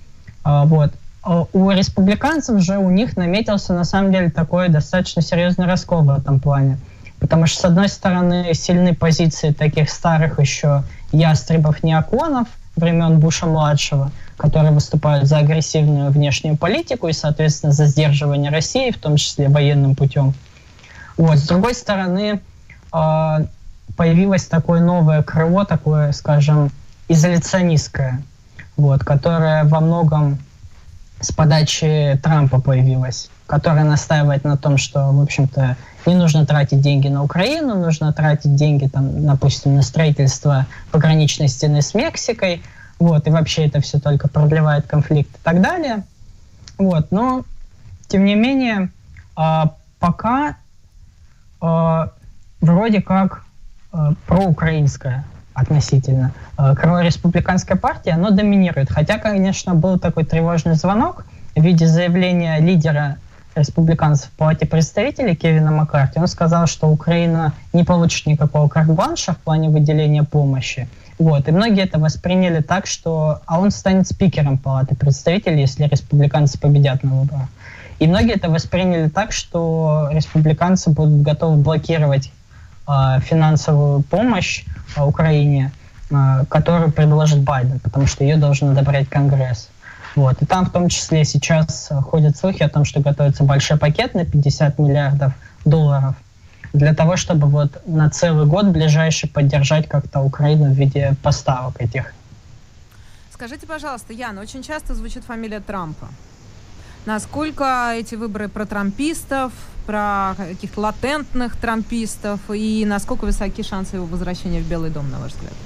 У республиканцев же, у них наметился на самом деле такой достаточно серьезный раскол в этом плане. Потому что, с одной стороны, сильны позиции таких старых еще ястребов-неоконов времен Буша-младшего, которые выступают за агрессивную внешнюю политику и, соответственно, за сдерживание России, в том числе военным путем. С другой стороны, появилось такое новое крыло, такое, скажем, изоляционистское, которое во многом с подачи Трампа появилось, которое настаивает на том, что, в общем-то, не нужно тратить деньги на Украину, нужно тратить деньги, допустим, на строительство пограничной стены с Мексикой, и вообще это все только продлевает конфликт и так далее. Но, тем не менее, пока вроде как проукраинская относительно крыло республиканской партии, оно доминирует. Хотя, конечно, был такой тревожный звонок в виде заявления лидера республиканцев в Палате представителей Кевина Маккарти. Он сказал, что Украина не получит никакого карт-бланша в плане выделения помощи. И многие это восприняли так, что он станет спикером Палаты представителей, если республиканцы победят на выборах. И многие это восприняли так, что республиканцы будут готовы блокировать финансовую помощь Украине, которую предложит Байден, потому что ее должен одобрять Конгресс. Вот. И там в том числе сейчас ходят слухи о том, что готовится большой пакет на $50 миллиардов для того, чтобы вот на целый год ближайший поддержать как-то Украину в виде поставок этих. Скажите, пожалуйста, Яна, очень часто звучит фамилия Трампа. Насколько эти выборы про трампистов, про каких-то латентных трампистов, и насколько высоки шансы его возвращения в Белый дом, на ваш взгляд?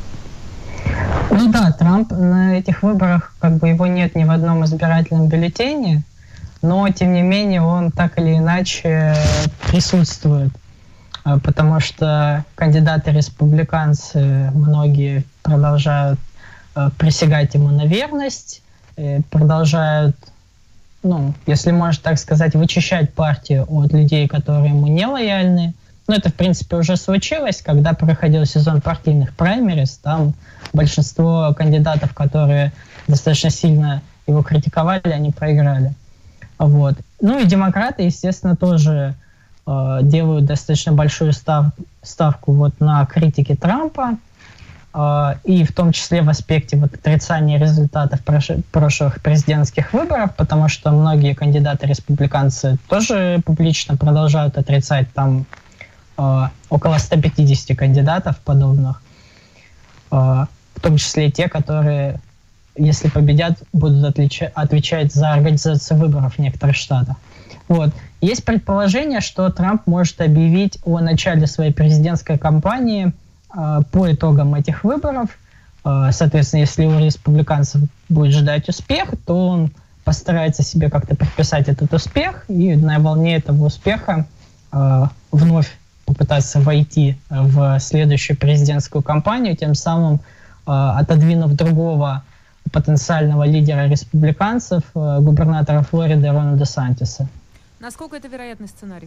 Ну да, Трамп на этих выборах, как бы его нет ни в одном избирательном бюллетене, но тем не менее он так или иначе присутствует, потому что кандидаты-республиканцы, многие продолжают присягать ему на верность, продолжают, ну, если можно так сказать, вычищать партию от людей, которые ему не лояльны. Ну, это, в принципе, уже случилось, когда проходил сезон партийных праймериз, там большинство кандидатов, которые достаточно сильно его критиковали, они проиграли. Вот. Ну и демократы, естественно, тоже делают достаточно большую ставку вот на критике Трампа, и в том числе в аспекте вот отрицания результатов прошлых президентских выборов, потому что многие кандидаты-республиканцы тоже публично продолжают отрицать, там около 150 кандидатов подобных, в том числе и те, которые, если победят, будут отвечать за организацию выборов в некоторых штатах. Вот. Есть предположение, что Трамп может объявить о начале своей президентской кампании по итогам этих выборов. Соответственно, если у республиканцев будет ждать успех, то он постарается себе как-то приписать этот успех и на волне этого успеха вновь попытаться войти в следующую президентскую кампанию, тем самым отодвинув другого потенциального лидера республиканцев, губернатора Флориды Рона Де Сантиса. Насколько это вероятный сценарий?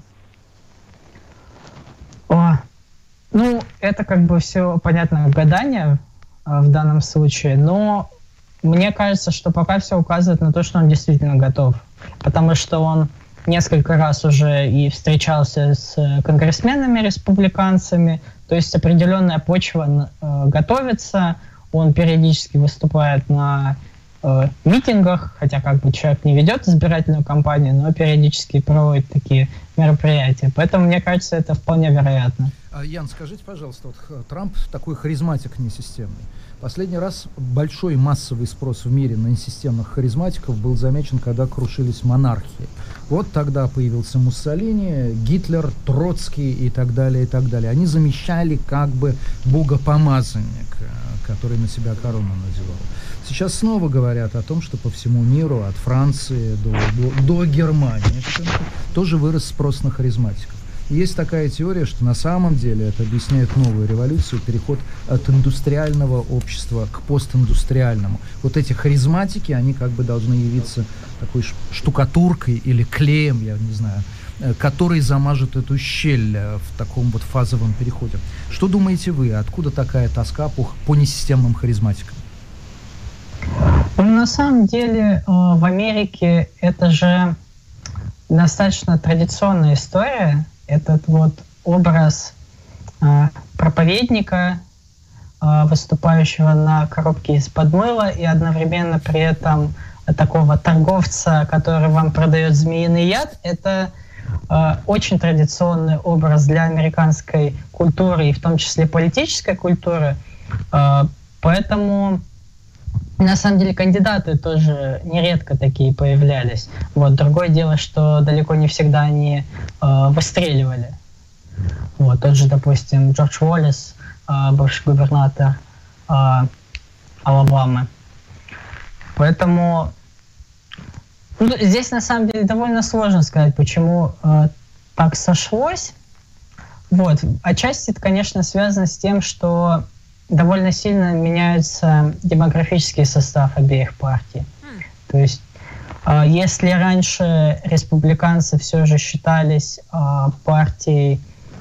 Ну, это как бы все, понятно, гадание в данном случае, но мне кажется, что пока все указывает на то, что он действительно готов, потому что он несколько раз уже и встречался с конгрессменами-республиканцами, то есть определенная почва готовится, он периодически выступает на митингах, хотя как бы человек не ведет избирательную кампанию, но периодически проводит такие мероприятия. Поэтому, мне кажется, это вполне вероятно. Ян, скажите, пожалуйста, вот Трамп такой харизматик несистемный. Последний раз большой массовый спрос в мире на несистемных харизматиков был замечен, когда крушились монархии. Вот тогда появился Муссолини, Гитлер, Троцкий и так далее, и так далее. Они замещали как бы богопомазанника, который на себя корону надевал. Сейчас снова говорят о том, что по всему миру, от Франции до Германии, тоже вырос спрос на харизматиков. Есть такая теория, что на самом деле это объясняет новую революцию, переход от индустриального общества к постиндустриальному. Вот эти харизматики, они как бы должны явиться такой штукатуркой или клеем, я не знаю, который замажет эту щель в таком вот фазовом переходе. Что думаете вы, откуда такая тоска по несистемным харизматикам? Ну, на самом деле в Америке это же достаточно традиционная история. Этот вот образ проповедника, выступающего на коробке из-под мыла, и одновременно при этом такого торговца, который вам продает змеиный яд, это очень традиционный образ для американской культуры, и в том числе политической культуры. Поэтому на самом деле кандидаты тоже нередко такие появлялись. Вот. Другое дело, что далеко не всегда они выстреливали. Вот. Тот же, допустим, Джордж Уоллес, бывший губернатор Алабамы. Поэтому здесь на самом деле довольно сложно сказать, почему так сошлось. Вот. Отчасти это, конечно, связано с тем, что довольно сильно меняется демографический состав обеих партий. То есть, если раньше республиканцы все же считались партией,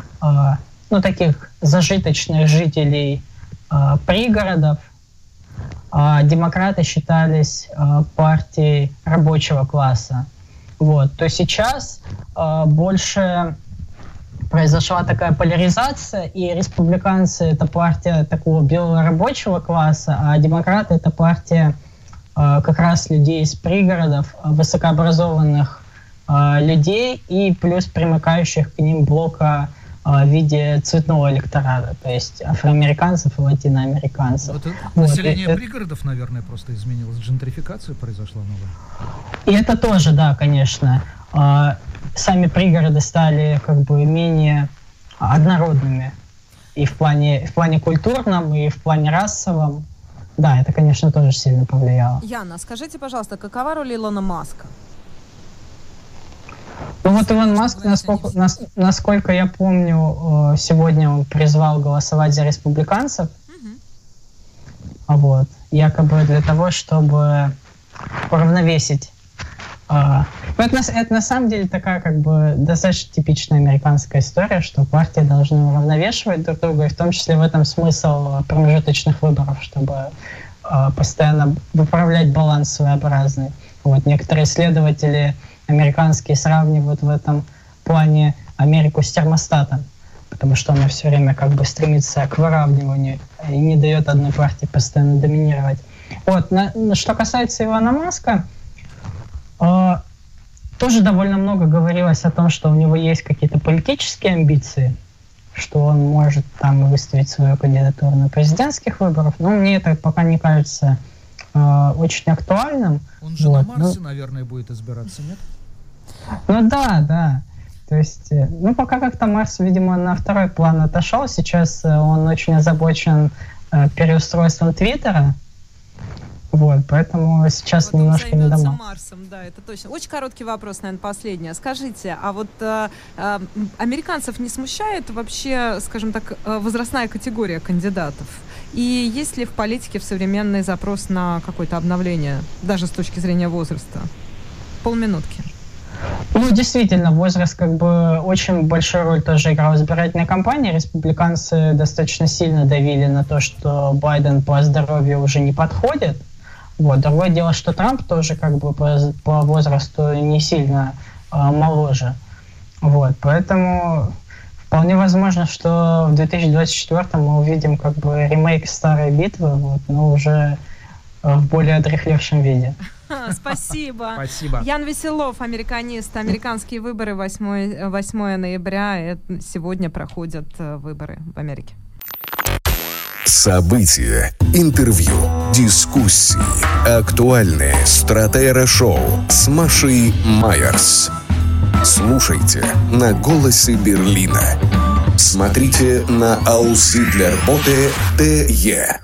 таких зажиточных жителей пригородов, демократы считались партией рабочего класса. вот, то сейчас больше произошла такая поляризация, и республиканцы — это партия такого белого рабочего класса, а демократы — это партия как раз людей из пригородов, высокообразованных людей и плюс примыкающих к ним блока в виде цветного электората, то есть афроамериканцев и латиноамериканцев. Население пригородов, наверное, просто изменилось, джентрификация произошла новая. И это тоже, да, конечно. Сами пригороды стали как бы менее однородными и в плане культурном, и в плане расовом. Да, это, конечно, тоже сильно повлияло. Яна, скажите, пожалуйста, какова роль Илона Маска? Ну вот Илон Маск, насколько я помню, сегодня он призвал голосовать за республиканцев. Вот. Якобы для того, чтобы уравновесить. Это на самом деле такая как бы достаточно типичная американская история, что партии должны уравновешивать друг друга, и в том числе в этом смысл промежуточных выборов, чтобы постоянно выправлять баланс своеобразный. Вот. Некоторые исследователи американские сравнивают в этом плане Америку с термостатом, потому что она все время как бы стремится к выравниванию и не дает одной партии постоянно доминировать. Вот. Что касается Илона Маска, тоже довольно много говорилось о том, что у него есть какие-то политические амбиции, что он может там выставить свою кандидатуру на президентских выборах. Но мне это пока не кажется очень актуальным. Он же на Марсе, наверное, будет избираться, нет? Ну да. То есть, пока как-то Марс, видимо, на второй план отошел. Сейчас он очень озабочен переустройством Твиттера. Вот, поэтому сейчас вот немножко не дома. Марсом, да, это точно. Очень короткий вопрос, наверное, последний. Скажите, а вот американцев не смущает вообще, скажем так, возрастная категория кандидатов? И есть ли в политике в современный запрос на какое-то обновление, даже с точки зрения возраста? Полминутки. Ну, действительно, возраст как бы очень большую роль тоже играл в избирательной кампании. Республиканцы достаточно сильно давили на то, что Байден по здоровью уже не подходит. Вот. Другое дело, что Трамп тоже как бы по возрасту не сильно моложе. Вот. Поэтому вполне возможно, что в 2024 мы увидим как бы ремейк старой битвы, вот, но уже в более отрехлевшем виде. Спасибо. Спасибо. Ян Веселов, американист. Американские выборы 8 ноября. Сегодня проходят выборы в Америке. События, интервью, дискуссии, актуальные стратера-шоу с Машей Майерс. Слушайте на «Голосе Берлина». Смотрите на aussiedlerbote.de.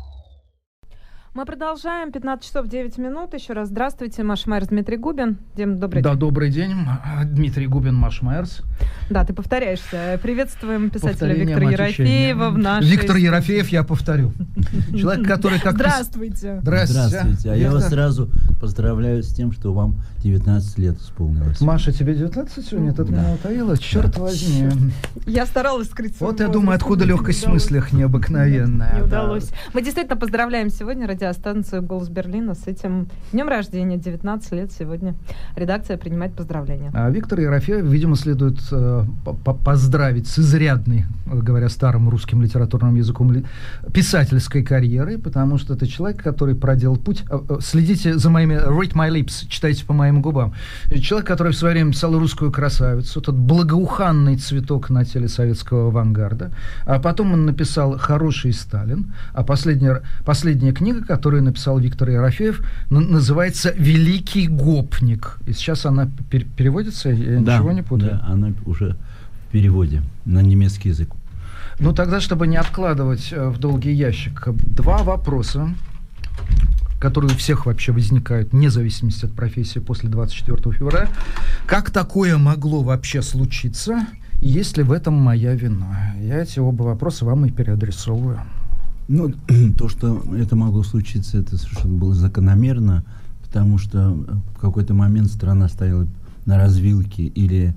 Мы продолжаем. 15 часов 9 минут. Еще раз здравствуйте. Маша Майерс, Дмитрий Губин. Дим, добрый день. Да, добрый день. Дмитрий Губин, Маша Майерс. Да, ты повторяешься. Приветствуем писателя Виктора Ерофеева в нашей... Виктор Ерофеев, я повторю. Человек, который как... Здравствуйте. Здравствуйте. А я вас сразу поздравляю с тем, что вам 19 лет исполнилось. Маша, тебе 19 сегодня? Ты меня утаила? Черт возьми. Я старалась скрыть свой Вот я думаю, откуда легкость в мыслях необыкновенная. Не удалось. Мы действительно поздравляем сегодня радиостанцию «Голос Берлина» с этим днем рождения, 19 лет сегодня. Редакция принимает поздравления. А Виктор Ерофеев, видимо, следует поздравить с изрядной, говоря старым русским литературным языком, писательской карьерой, потому что это человек, который проделал путь. Следите за моими «Read my lips», читайте по моим губам. Человек, который в свое время писал «Русскую красавицу», тот благоуханный цветок на теле советского авангарда. А потом он написал «Хороший Сталин», а последняя книга, которую написал Виктор Ерофеев, называется «Великий гопник». И сейчас она переводится, я ничего не путаю. Да, она уже в переводе на немецкий язык. Ну, тогда, чтобы не откладывать в долгий ящик, два вопроса, которые у всех вообще возникают, вне зависимости от профессии, после 24 февраля. Как такое могло вообще случиться? И есть ли в этом моя вина? Я эти оба вопроса вам и переадресовываю. Ну, то, что это могло случиться, это совершенно было закономерно, потому что в какой-то момент страна стояла на развилке или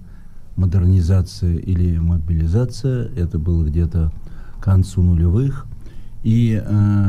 модернизация, или мобилизация. Это было где-то к концу нулевых. И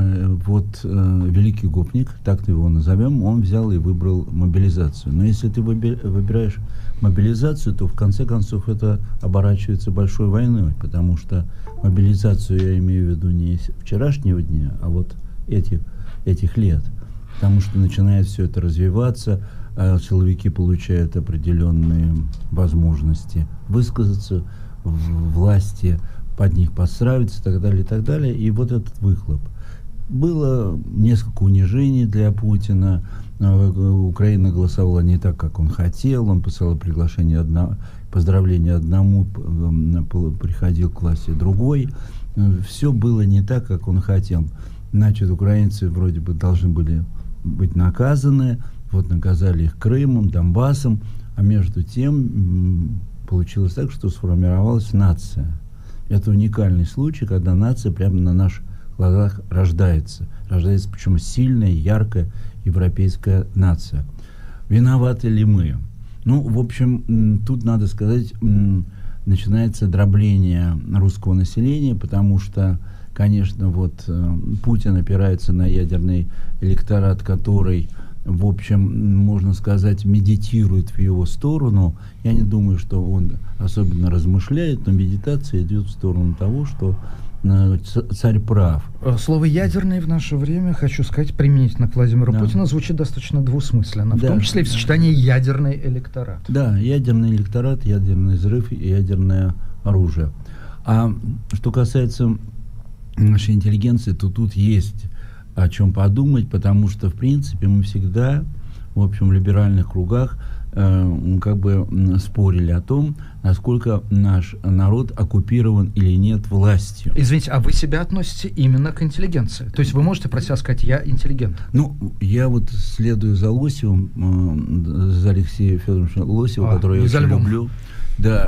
великий гопник, так его назовем, он взял и выбрал мобилизацию. Но если ты выбираешь мобилизацию, то в конце концов это оборачивается большой войной, потому что мобилизацию я имею в виду не вчерашнего дня, а вот этих лет. Потому что начинает все это развиваться, силовики получают определенные возможности высказаться, власти под них подстраиваться и так далее, и так далее. И вот этот выхлоп. Было несколько унижений для Путина. Украина голосовала не так, как он хотел. Он посылал приглашение поздравления одному, приходил к власти другой. Все было не так, как он хотел. Значит, украинцы вроде бы должны были быть наказаны. Вот наказали их Крымом, Донбассом. А между тем получилось так, что сформировалась нация. Это уникальный случай, когда нация прямо на наших глазах рождается. Рождается, причем сильная, яркая европейская нация. Виноваты ли мы? Ну, в общем, тут, надо сказать, начинается дробление русского населения, потому что, конечно, Путин опирается на ядерный электорат, который, в общем, можно сказать, медитирует в его сторону. Я не думаю, что он особенно размышляет, но медитация идет в сторону того, что царь прав. Слово «ядерный» в наше время, хочу сказать, применительно к Владимиру Путину, звучит достаточно двусмысленно, в том числе и в сочетании «ядерный электорат». Да, ядерный электорат, ядерный взрыв и ядерное оружие. А что касается нашей интеллигенции, то тут есть о чем подумать, потому что, в принципе, мы всегда, в общем, в либеральных кругах спорили о том, насколько наш народ оккупирован или нет властью. Извините, а вы себя относите именно к интеллигенции? То есть вы можете про себя сказать: я интеллигент? Ну, я следую за Лосевым, за Алексеем Федоровичем Лосевым, которого я очень люблю. Да,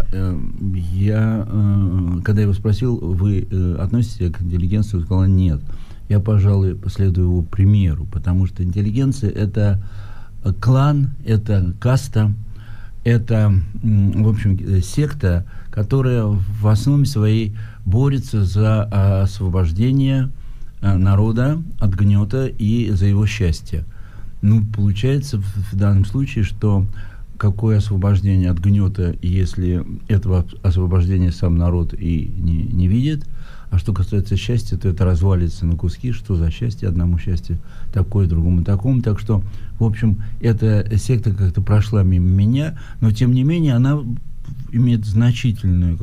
когда я его спросил, вы относитесь к интеллигенции, он сказал: нет. Я, пожалуй, последую его примеру, потому что интеллигенция — это клан, это каста, это, в общем, секта, которая в основе своей борется за освобождение народа от гнета и за его счастье. Ну, получается в данном случае, что какое освобождение от гнета, если этого освобождения сам народ и не видит. А что касается счастья, то это развалится на куски. Что за счастье? Одному счастье такое, другому такому. Так что, в общем, эта секта как-то прошла мимо меня, но, тем не менее, она имеет значительную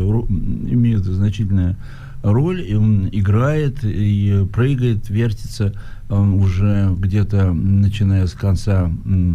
роль, и он играет, и прыгает, вертится уже где-то, начиная с конца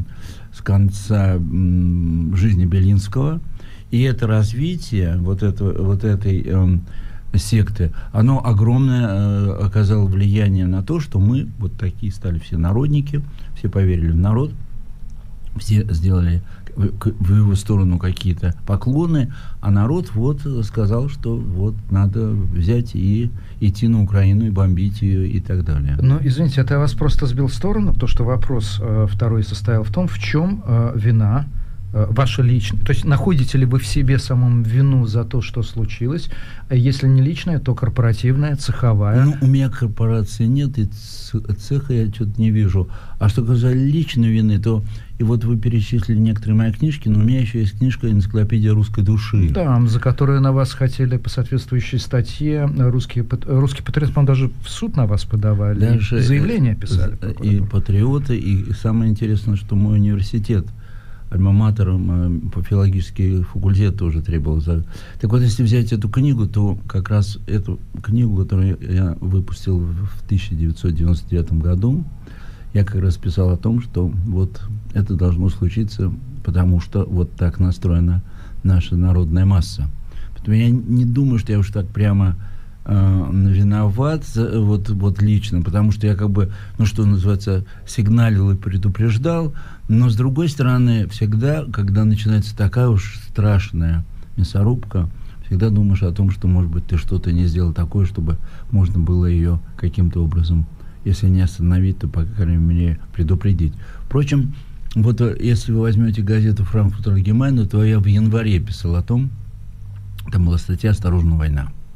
жизни Белинского. И это развитие этой секты, оно огромное оказало влияние на то, что мы вот такие стали все народники, все поверили в народ, все сделали в его сторону какие-то поклоны, а народ сказал, что надо взять и идти на Украину и бомбить ее и так далее. Ну, извините, это я вас просто сбил в сторону, потому что вопрос второй состоял в том, в чем вина ваша личная. То есть находите ли вы в себе самом вину за то, что случилось? Если не личная, то корпоративная, цеховая? Ну, у меня корпорации нет, и цеха я что-то не вижу. А что касается личной вины, то и вы перечислили некоторые мои книжки, но у меня еще есть книжка «Энциклопедия русской души». Да, за которую на вас хотели по соответствующей статье русский патриот, по-моему, даже в суд на вас подавали, даже заявление писали. И патриоты, и самое интересное, что мой университет, альма-матер, по филологический факультет тоже требовал. Так вот, если взять эту книгу, то как раз эту книгу, которую я выпустил в 1999 году, я как раз писал о том, что это должно случиться, потому что так настроена наша народная масса. Поэтому я не думаю, что я уж так прямо виноват лично, потому что я что называется, сигналил и предупреждал, но с другой стороны, всегда, когда начинается такая уж страшная мясорубка, всегда думаешь о том, что, может быть, ты что-то не сделал такое, чтобы можно было ее каким-то образом, если не остановить, то, по крайней мере, предупредить. Впрочем, если вы возьмете газету «Франкфуртер Allgemeine», то я в январе писал о том, там была статья «Осторожно, война».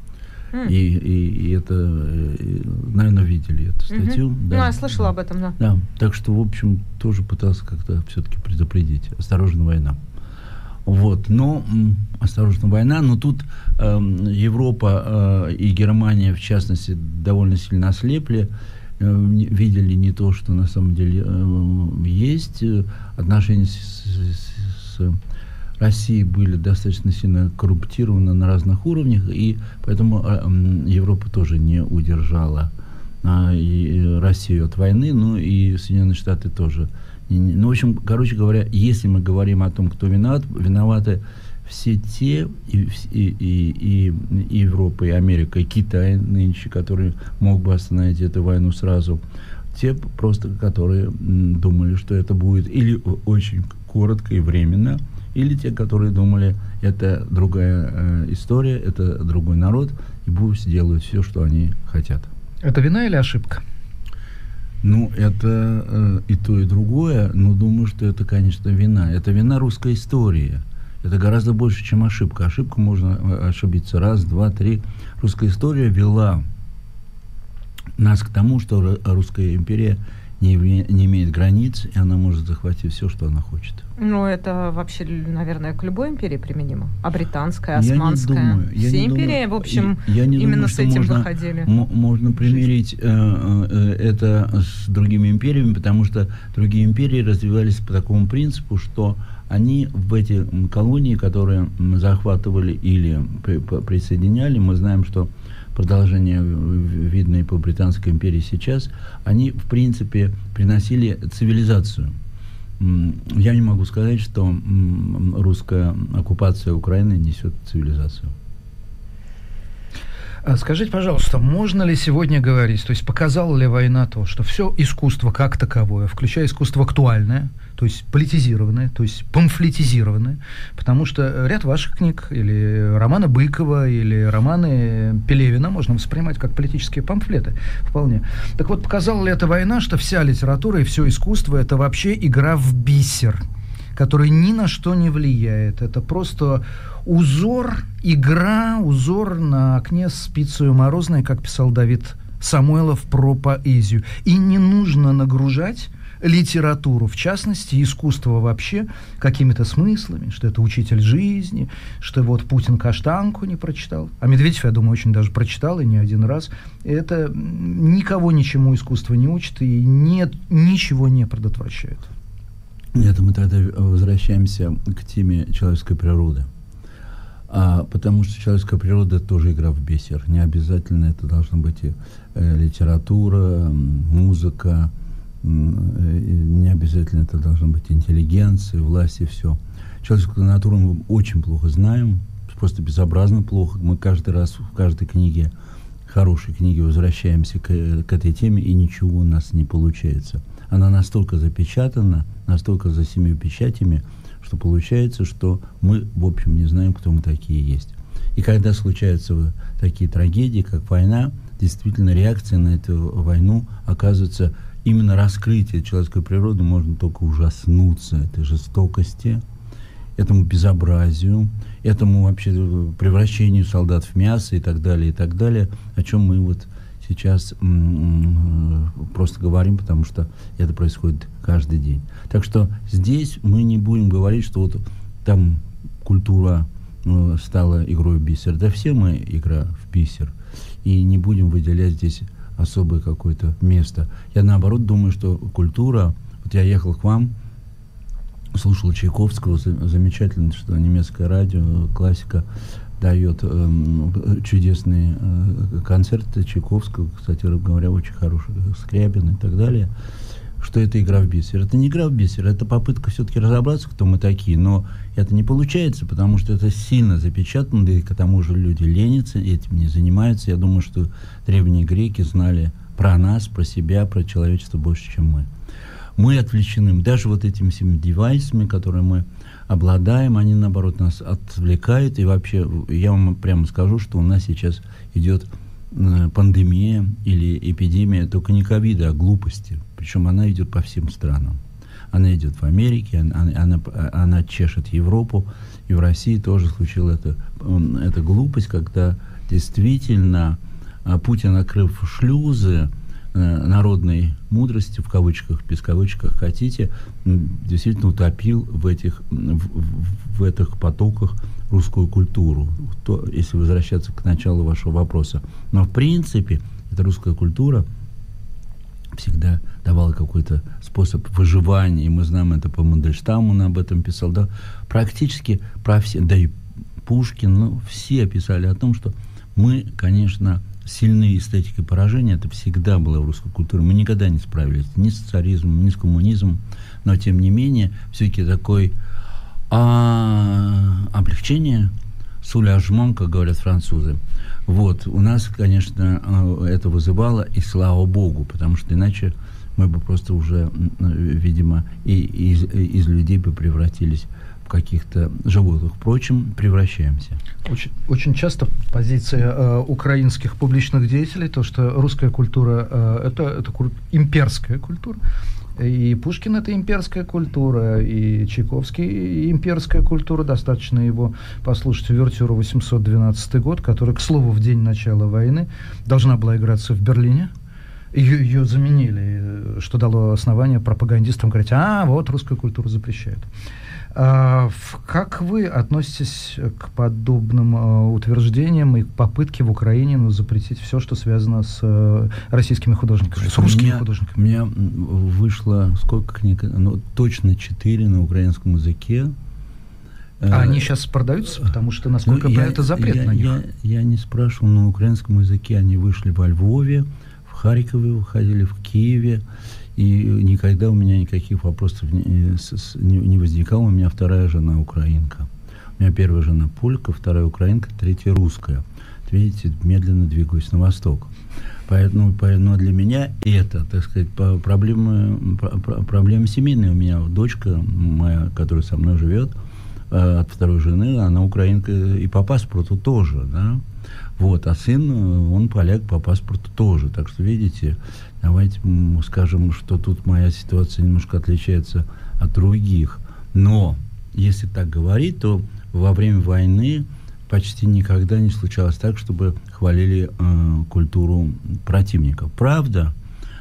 И это, наверное, видели эту статью. Да. Ну, я слышала об этом, да. Да, так что, в общем, тоже пытался как-то все-таки предупредить. Осторожно, война. Вот, но осторожно, война. Но тут Европа и Германия, в частности, довольно сильно ослепли. Видели не то, что на самом деле есть. Отношения с Россией были достаточно сильно коррумпированы на разных уровнях, и поэтому Европа тоже не удержала и Россию от войны, ну и Соединенные Штаты тоже. Ну, в общем, короче говоря, если мы говорим о том, кто виноват, виноваты все те, и Европа, и Америка, и Китай нынче, который мог бы остановить эту войну сразу, те просто, которые думали, что это будет или очень коротко и временно, или те, которые думали, это другая история, это другой народ, и пусть делают все, что они хотят. Это вина или ошибка? Ну, это и то, и другое, но думаю, что это, конечно, вина. Это вина русской истории. Это гораздо больше, чем ошибка. Ошибку можно ошибиться раз, два, три. Русская история вела нас к тому, что Русская империя не имеет границ, и она может захватить все, что она хочет. Ну, это вообще, наверное, к любой империи применимо. А британская, османская. Все империи, в общем, именно с этим выходили. Можно примирить это с другими империями, потому что другие империи развивались по такому принципу, что они в эти колонии, которые захватывали или присоединяли, мы знаем, что продолжение видно и по Британской империи сейчас, они, в принципе, приносили цивилизацию. Я не могу сказать, что русская оккупация Украины несет цивилизацию. Скажите, пожалуйста, можно ли сегодня говорить, то есть показала ли война то, что все искусство как таковое, включая искусство актуальное, то есть политизированное, то есть памфлетизированное, потому что ряд ваших книг, или романы Быкова, или романы Пелевина можно воспринимать как политические памфлеты, вполне. Так вот, показала ли эта война, что вся литература и все искусство – это вообще игра в бисер, который ни на что не влияет. Это просто узор, игра, узор на окне с спицею морозной, как писал Давид Самойлов про поэзию. И не нужно нагружать литературу, в частности, искусство вообще, какими-то смыслами, что это учитель жизни, что вот Путин Каштанку не прочитал. А Медведев, я думаю, очень даже прочитал, и не один раз. Это никого ничему искусство не учит, и ничего не предотвращает. Нет, мы тогда возвращаемся к теме человеческой природы. Потому что человеческая природа тоже игра в бисер. Не обязательно это должна быть и литература, музыка, не обязательно это должна быть интеллигенция, власть и все. Человеческую натуру мы очень плохо знаем, просто безобразно плохо. Мы каждый раз в каждой книге, хорошей книге, возвращаемся к этой теме, и ничего у нас не получается. Она настолько запечатана, настолько за 7 печатями, что получается, что мы, в общем, не знаем, кто мы такие есть. И когда случаются такие трагедии, как война, действительно реакция на эту войну оказывается именно раскрытие человеческой природы. Можно только ужаснуться этой жестокости, этому безобразию, этому вообще превращению солдат в мясо и так далее, о чем мы вот сейчас просто говорим, потому что это происходит каждый день. Так что здесь мы не будем говорить, что вот там культура стала игрой в бисер. Да все мы игра в бисер. И не будем выделять здесь особое какое-то место. Я наоборот думаю, что культура... Вот я ехал к вам, слушал Чайковского, замечательно, что немецкое радио, классика, дает чудесные концерты Чайковского, кстати говоря, очень хороший, Скрябин и так далее, что это игра в бисер. Это не игра в бисер, это попытка все-таки разобраться, кто мы такие, но это не получается, потому что это сильно запечатано, и к тому же люди ленятся, этим не занимаются. Я думаю, что древние греки знали про нас, про себя, про человечество больше, чем мы. Мы отвлечены, даже вот этими всеми девайсами, которые мы обладаем, они, наоборот, нас отвлекают. И вообще, я вам прямо скажу, что у нас сейчас идет пандемия или эпидемия, только не ковида, а глупости. Причем она идет по всем странам. Она идет в Америке, она чешет Европу, и в России тоже случилась эта глупость, когда действительно Путин, открыв шлюзы народной мудрости, в кавычках, без кавычках хотите, действительно утопил в этих потоках русскую культуру, если возвращаться к началу вашего вопроса. Но в принципе эта русская культура всегда давала какой-то способ выживания, и мы знаем это по Мандельштаму, он об этом писал, да, практически про все, да и Пушкин, все писали о том, что мы, конечно, сильные эстетикой поражения, это всегда было в русской культуре. Мы никогда не справились ни с царизмом, ни с коммунизмом, но, тем не менее, все-таки такое облегчение, soulagement, как говорят французы. Вот, у нас, конечно, это вызывало, и слава богу, потому что иначе мы бы просто уже, видимо, из людей бы превратились в каких-то животных. Впрочем, превращаемся. Очень часто позиция украинских публичных деятелей, то, что русская культура это имперская культура. И Пушкин — это имперская культура, и Чайковский — имперская культура. Достаточно его послушать увертюру 812 год, которая, к слову, в день начала войны должна была играться в Берлине. Ее заменили, что дало основание пропагандистам говорить: вот русскую культуру запрещают. Как вы относитесь к подобным утверждениям и к попытке в Украине запретить все, что связано с российскими художниками, с русскими художниками? У меня вышло сколько книг? Точно 4 на украинском языке. Они сейчас продаются, потому что, насколько я понимаю, это запрет на них. Я не спрашивал, на украинском языке они вышли во Львове, в Харькове выходили, в Киеве. И никогда у меня никаких вопросов не возникало. У меня вторая жена украинка. У меня первая жена полька, вторая украинка, третья русская. Видите, медленно двигаюсь на восток. Поэтому для меня это, так сказать, проблема семейная. У меня дочка моя, которая со мной живет, от второй жены, она украинка и по паспорту тоже, да. Вот, а сын, он поляк по паспорту тоже. Так что, видите, давайте скажем, что тут моя ситуация немножко отличается от других. Но, если так говорить, то во время войны почти никогда не случалось так, чтобы хвалили культуру противников. Правда,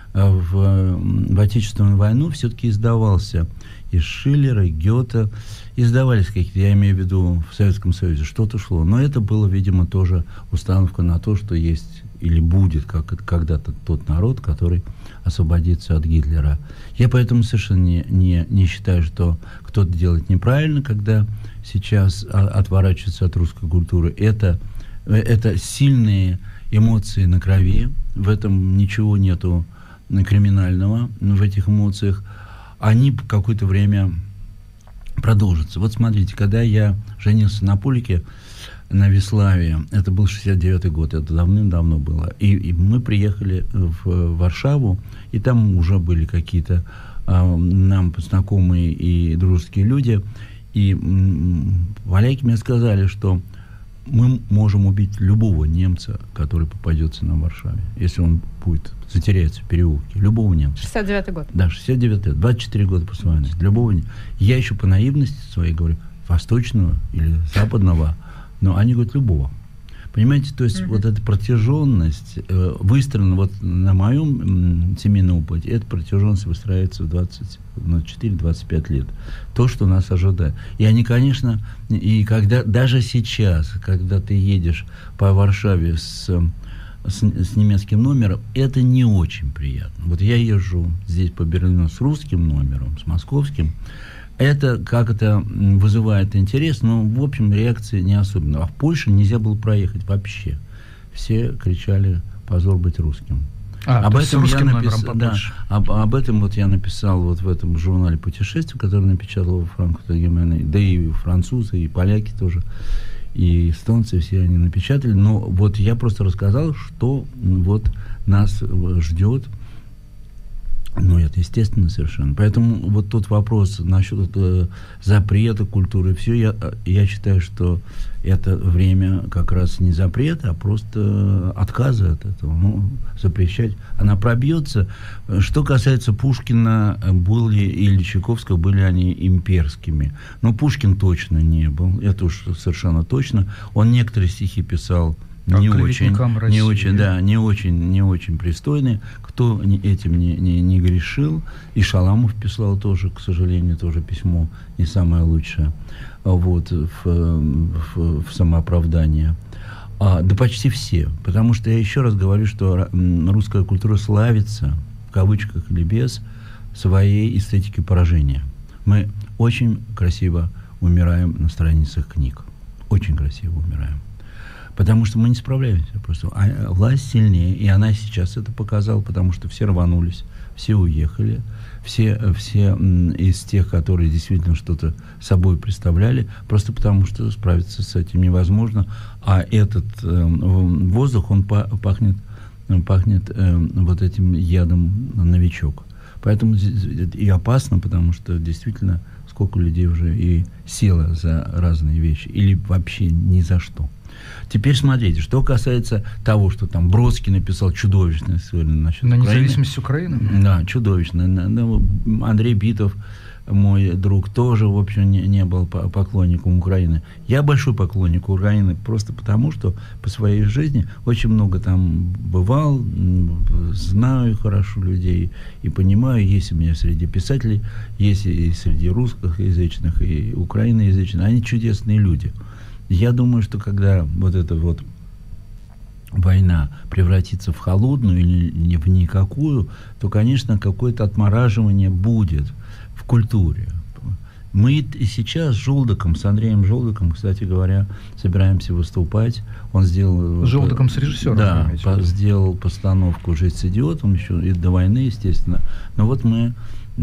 в Отечественную войну все-таки издавался из Шиллера, и Гёте, издавались какие-то, я имею в виду, в Советском Союзе что-то шло, но это было, видимо, тоже установка на то, что есть или будет когда-то тот народ, который освободится от Гитлера. Я поэтому совершенно не считаю, что кто-то делает неправильно, когда сейчас отворачивается от русской культуры. Это сильные эмоции на крови, в этом ничего нету криминального, в этих эмоциях. Они какое-то время продолжатся. Вот смотрите, когда я женился на Польке, на Виславе, это был 69-й год, это давным-давно было, и мы приехали в Варшаву, и там уже были какие-то нам знакомые и дружеские люди, и поляки мне сказали, что мы можем убить любого немца, который попадется нам в Варшаве, если он будет затеряться в переулке. Любого немца. 69-й год. Да, 69-й, 24 года после войны. Любого. Я еще по наивности своей говорю, восточного или западного, но они говорят, любого. Понимаете, то есть вот эта протяженность выстроена, вот на моем семейном опыте, эта протяженность выстраивается в 24-25 лет. То, что нас ожидает. И они, конечно, и когда, даже сейчас, когда ты едешь по Варшаве с немецким номером, это не очень приятно. Вот я езжу здесь по Берлину с русским номером, с московским. Это как-то вызывает интерес, но, в общем, реакции не особенно. А в Польше нельзя было проехать вообще. Все кричали «позор быть русским». Об этом я написал, да, об этом вот я написал вот в этом журнале «Путешествия», который напечатал Франкфурт Allgemeine, да и французы, и поляки тоже, и эстонцы, все они напечатали. Но вот я просто рассказал, что вот нас ждет. Ну, это естественно совершенно. Поэтому вот тот вопрос насчет запрета культуры, все, я считаю, что это время как раз не запрета, а просто отказа от этого. Ну, запрещать. Она пробьется. Что касается Пушкина, или Чайковского, были они имперскими. Но Пушкин точно не был. Это уж совершенно точно. Он некоторые стихи писал не очень пристойные. Кто этим не грешил, и Шаламов писал тоже, к сожалению, тоже письмо не самое лучшее, вот, в самооправдание. Да почти все. Потому что я еще раз говорю, что русская культура славится, в кавычках или без, своей эстетикой поражения. Мы очень красиво умираем на страницах книг. Очень красиво умираем. Потому что мы не справляемся просто. А власть сильнее, и она сейчас это показала, потому что все рванулись, все уехали, все из тех, которые действительно что-то собой представляли, просто потому что справиться с этим невозможно. А этот воздух, он пахнет вот этим ядом новичок. Поэтому и опасно, потому что действительно сколько людей уже и село за разные вещи, или вообще ни за что. Теперь смотрите, что касается того, что там Бродский написал чудовищное сегодня насчет на Украины. Независимость Украины? Да, чудовищно. Андрей Битов, мой друг, тоже, в общем, не был поклонником Украины. Я большой поклонник Украины просто потому, что по своей жизни очень много там бывал, знаю хорошо людей и понимаю, есть у меня среди писателей, есть и среди русскоязычных, и украиноязычных, они чудесные люди. Я думаю, что когда вот эта вот война превратится в холодную или в никакую, то, конечно, какое-то отмораживание будет в культуре. Мы и сейчас с Андреем Желдоком, кстати говоря, собираемся выступать. Он сделал... Желдоком с режиссером? Да, сделал постановку «Жить с идиотом», еще и до войны, естественно. Но вот мы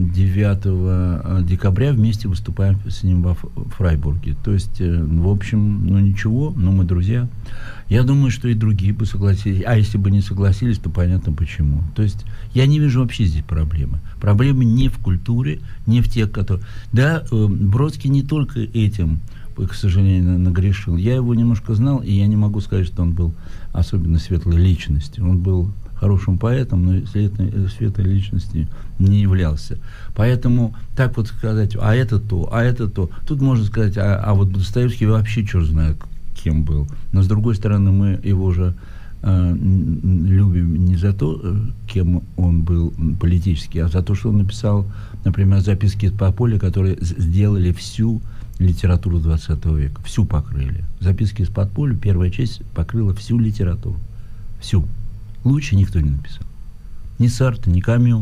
9 декабря вместе выступаем с ним во Фрайбурге. То есть, в общем, ничего, но мы друзья. Я думаю, что и другие бы согласились. А если бы не согласились, то понятно почему. То есть, я не вижу вообще здесь проблемы. Проблемы не в культуре, не в тех, которые... Да, Бродский не только этим, к сожалению, нагрешил. Я его немножко знал, и я не могу сказать, что он был особенно светлой личностью. Он был хорошим поэтом, но светлой личностью не являлся. Поэтому так вот сказать, а это то. Тут можно сказать, а вот Достоевский вообще черт знает кем был. Но с другой стороны, мы его же любим не за то, кем он был политически, а за то, что он написал, например, записки из подполья, которые сделали всю литературу 20 века. Всю покрыли. Записки из подполья, первая часть покрыла всю литературу. Всю. Лучше никто не написал. Ни Сартр, ни Камю,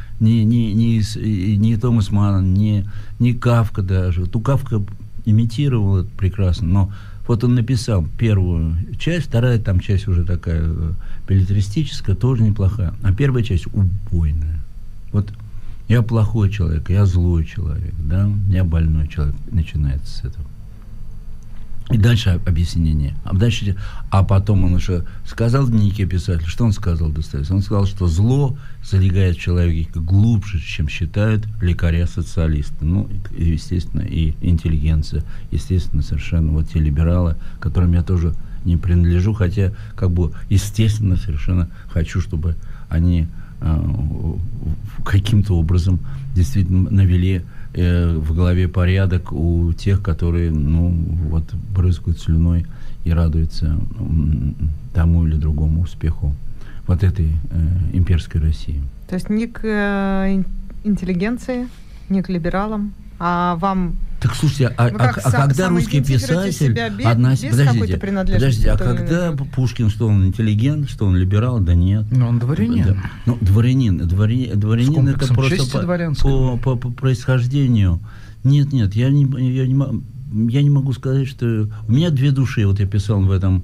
ни Томас Манн, ни Кафка даже. Ту Кафка имитировал это прекрасно, но вот он написал первую часть, вторая там часть уже такая беллетристическая, тоже неплохая, а первая часть убойная. Вот я плохой человек, я злой человек, да, я больной человек, начинается с этого. И дальше объяснение. А потом он уже сказал в дневнике писателя, что он сказал Достоевский? Он сказал, что зло залегает в человеке глубже, чем считают лекаря-социалисты. Ну, естественно, и интеллигенция, естественно, совершенно вот те либералы, которым я тоже не принадлежу, хотя, как бы, естественно, совершенно хочу, чтобы они каким-то образом действительно навели в голове порядок у тех, которые, брызгают слюной и радуются тому или другому успеху вот этой имперской России. То есть не к интеллигенции, не к либералам, а вам... Так, слушайте, когда русский писатель... Подождите, а когда Пушкин, что он интеллигент, что он либерал? Да нет. Но он дворянин. Да. Ну, дворянин это просто по происхождению. Нет, я не могу сказать, что... У меня две души, вот я писал в этом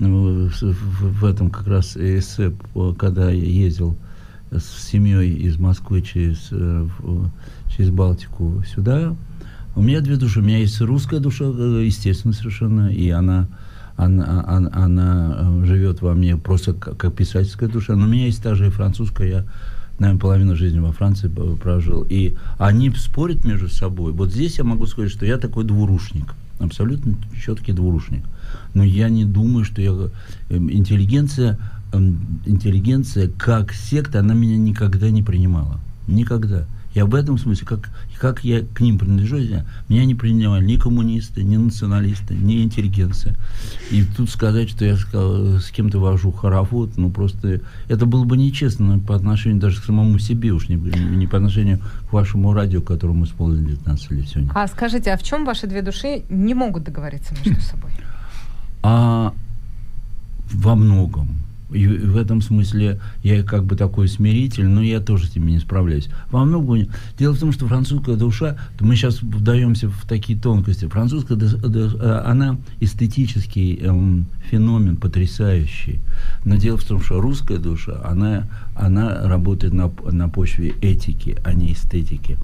как раз эссе, когда я ездил с семьей из Москвы через Балтику сюда. У меня две души. У меня есть русская душа, естественно, совершенно, и она живет во мне просто как писательская душа. Но у меня есть также и французская. Я, наверное, половину жизни во Франции прожил. И они спорят между собой. Вот здесь я могу сказать, что я такой двурушник. Абсолютно четкий двурушник. Но я не думаю, что я... Интеллигенция как секта, она меня никогда не принимала. Никогда. Я в этом смысле, как я к ним принадлежу, меня не принимали ни коммунисты, ни националисты, ни интеллигенция. И тут сказать, что я с кем-то вожу хоровод, ну просто это было бы нечестно по отношению даже к самому себе, уж не по отношению к вашему радио, которому мы исполнили 19 лет сегодня. А скажите, а в чем ваши две души не могут договориться между собой? Во многом. И в этом смысле я как бы такой смиритель, но я тоже с ними не справляюсь. Во многом. Дело в том, что французская душа, мы сейчас вдаемся в такие тонкости. Французская душа, она эстетический феномен, потрясающий. Но дело в том, что русская душа, она работает на почве этики, а не эстетики.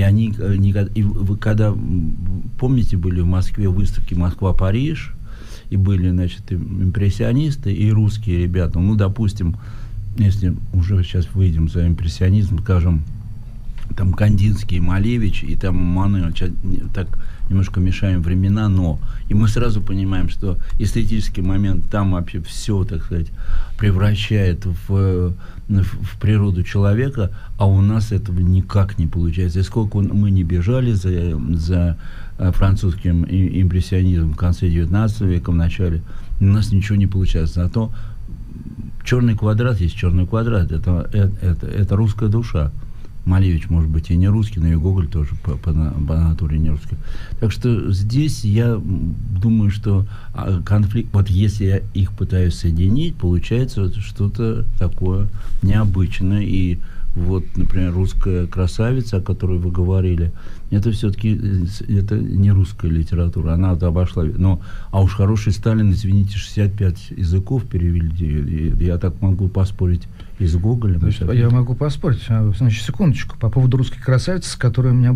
И вы когда, помните, были в Москве выставки «Москва-Париж», и были, значит, импрессионисты и русские ребята. Ну, допустим, если уже сейчас выйдем за импрессионизм, скажем, там Кандинский, Малевич и там Мане, так немножко мешаем времена, но и мы сразу понимаем, что эстетический момент там вообще все, так сказать, превращает в природу человека, а у нас этого никак не получается. И сколько мы не бежали за французским импрессионизмом в конце 19 века, в начале, у нас ничего не получается. Зато черный квадрат есть черный квадрат. Это русская душа. Малевич, может быть, и не русский, но и Гоголь тоже по натуре не русский. Так что здесь я думаю, что конфликт, вот если я их пытаюсь соединить, получается что-то такое необычное. И вот, например, русская красавица, о которой вы говорили, это все-таки это не русская литература, она обошла. А уж хороший Сталин, извините, 65 языков перевели. Я так могу поспорить и с Гоголем. Я могу поспорить. Значит, секундочку. По поводу русской красавицы, с которой у меня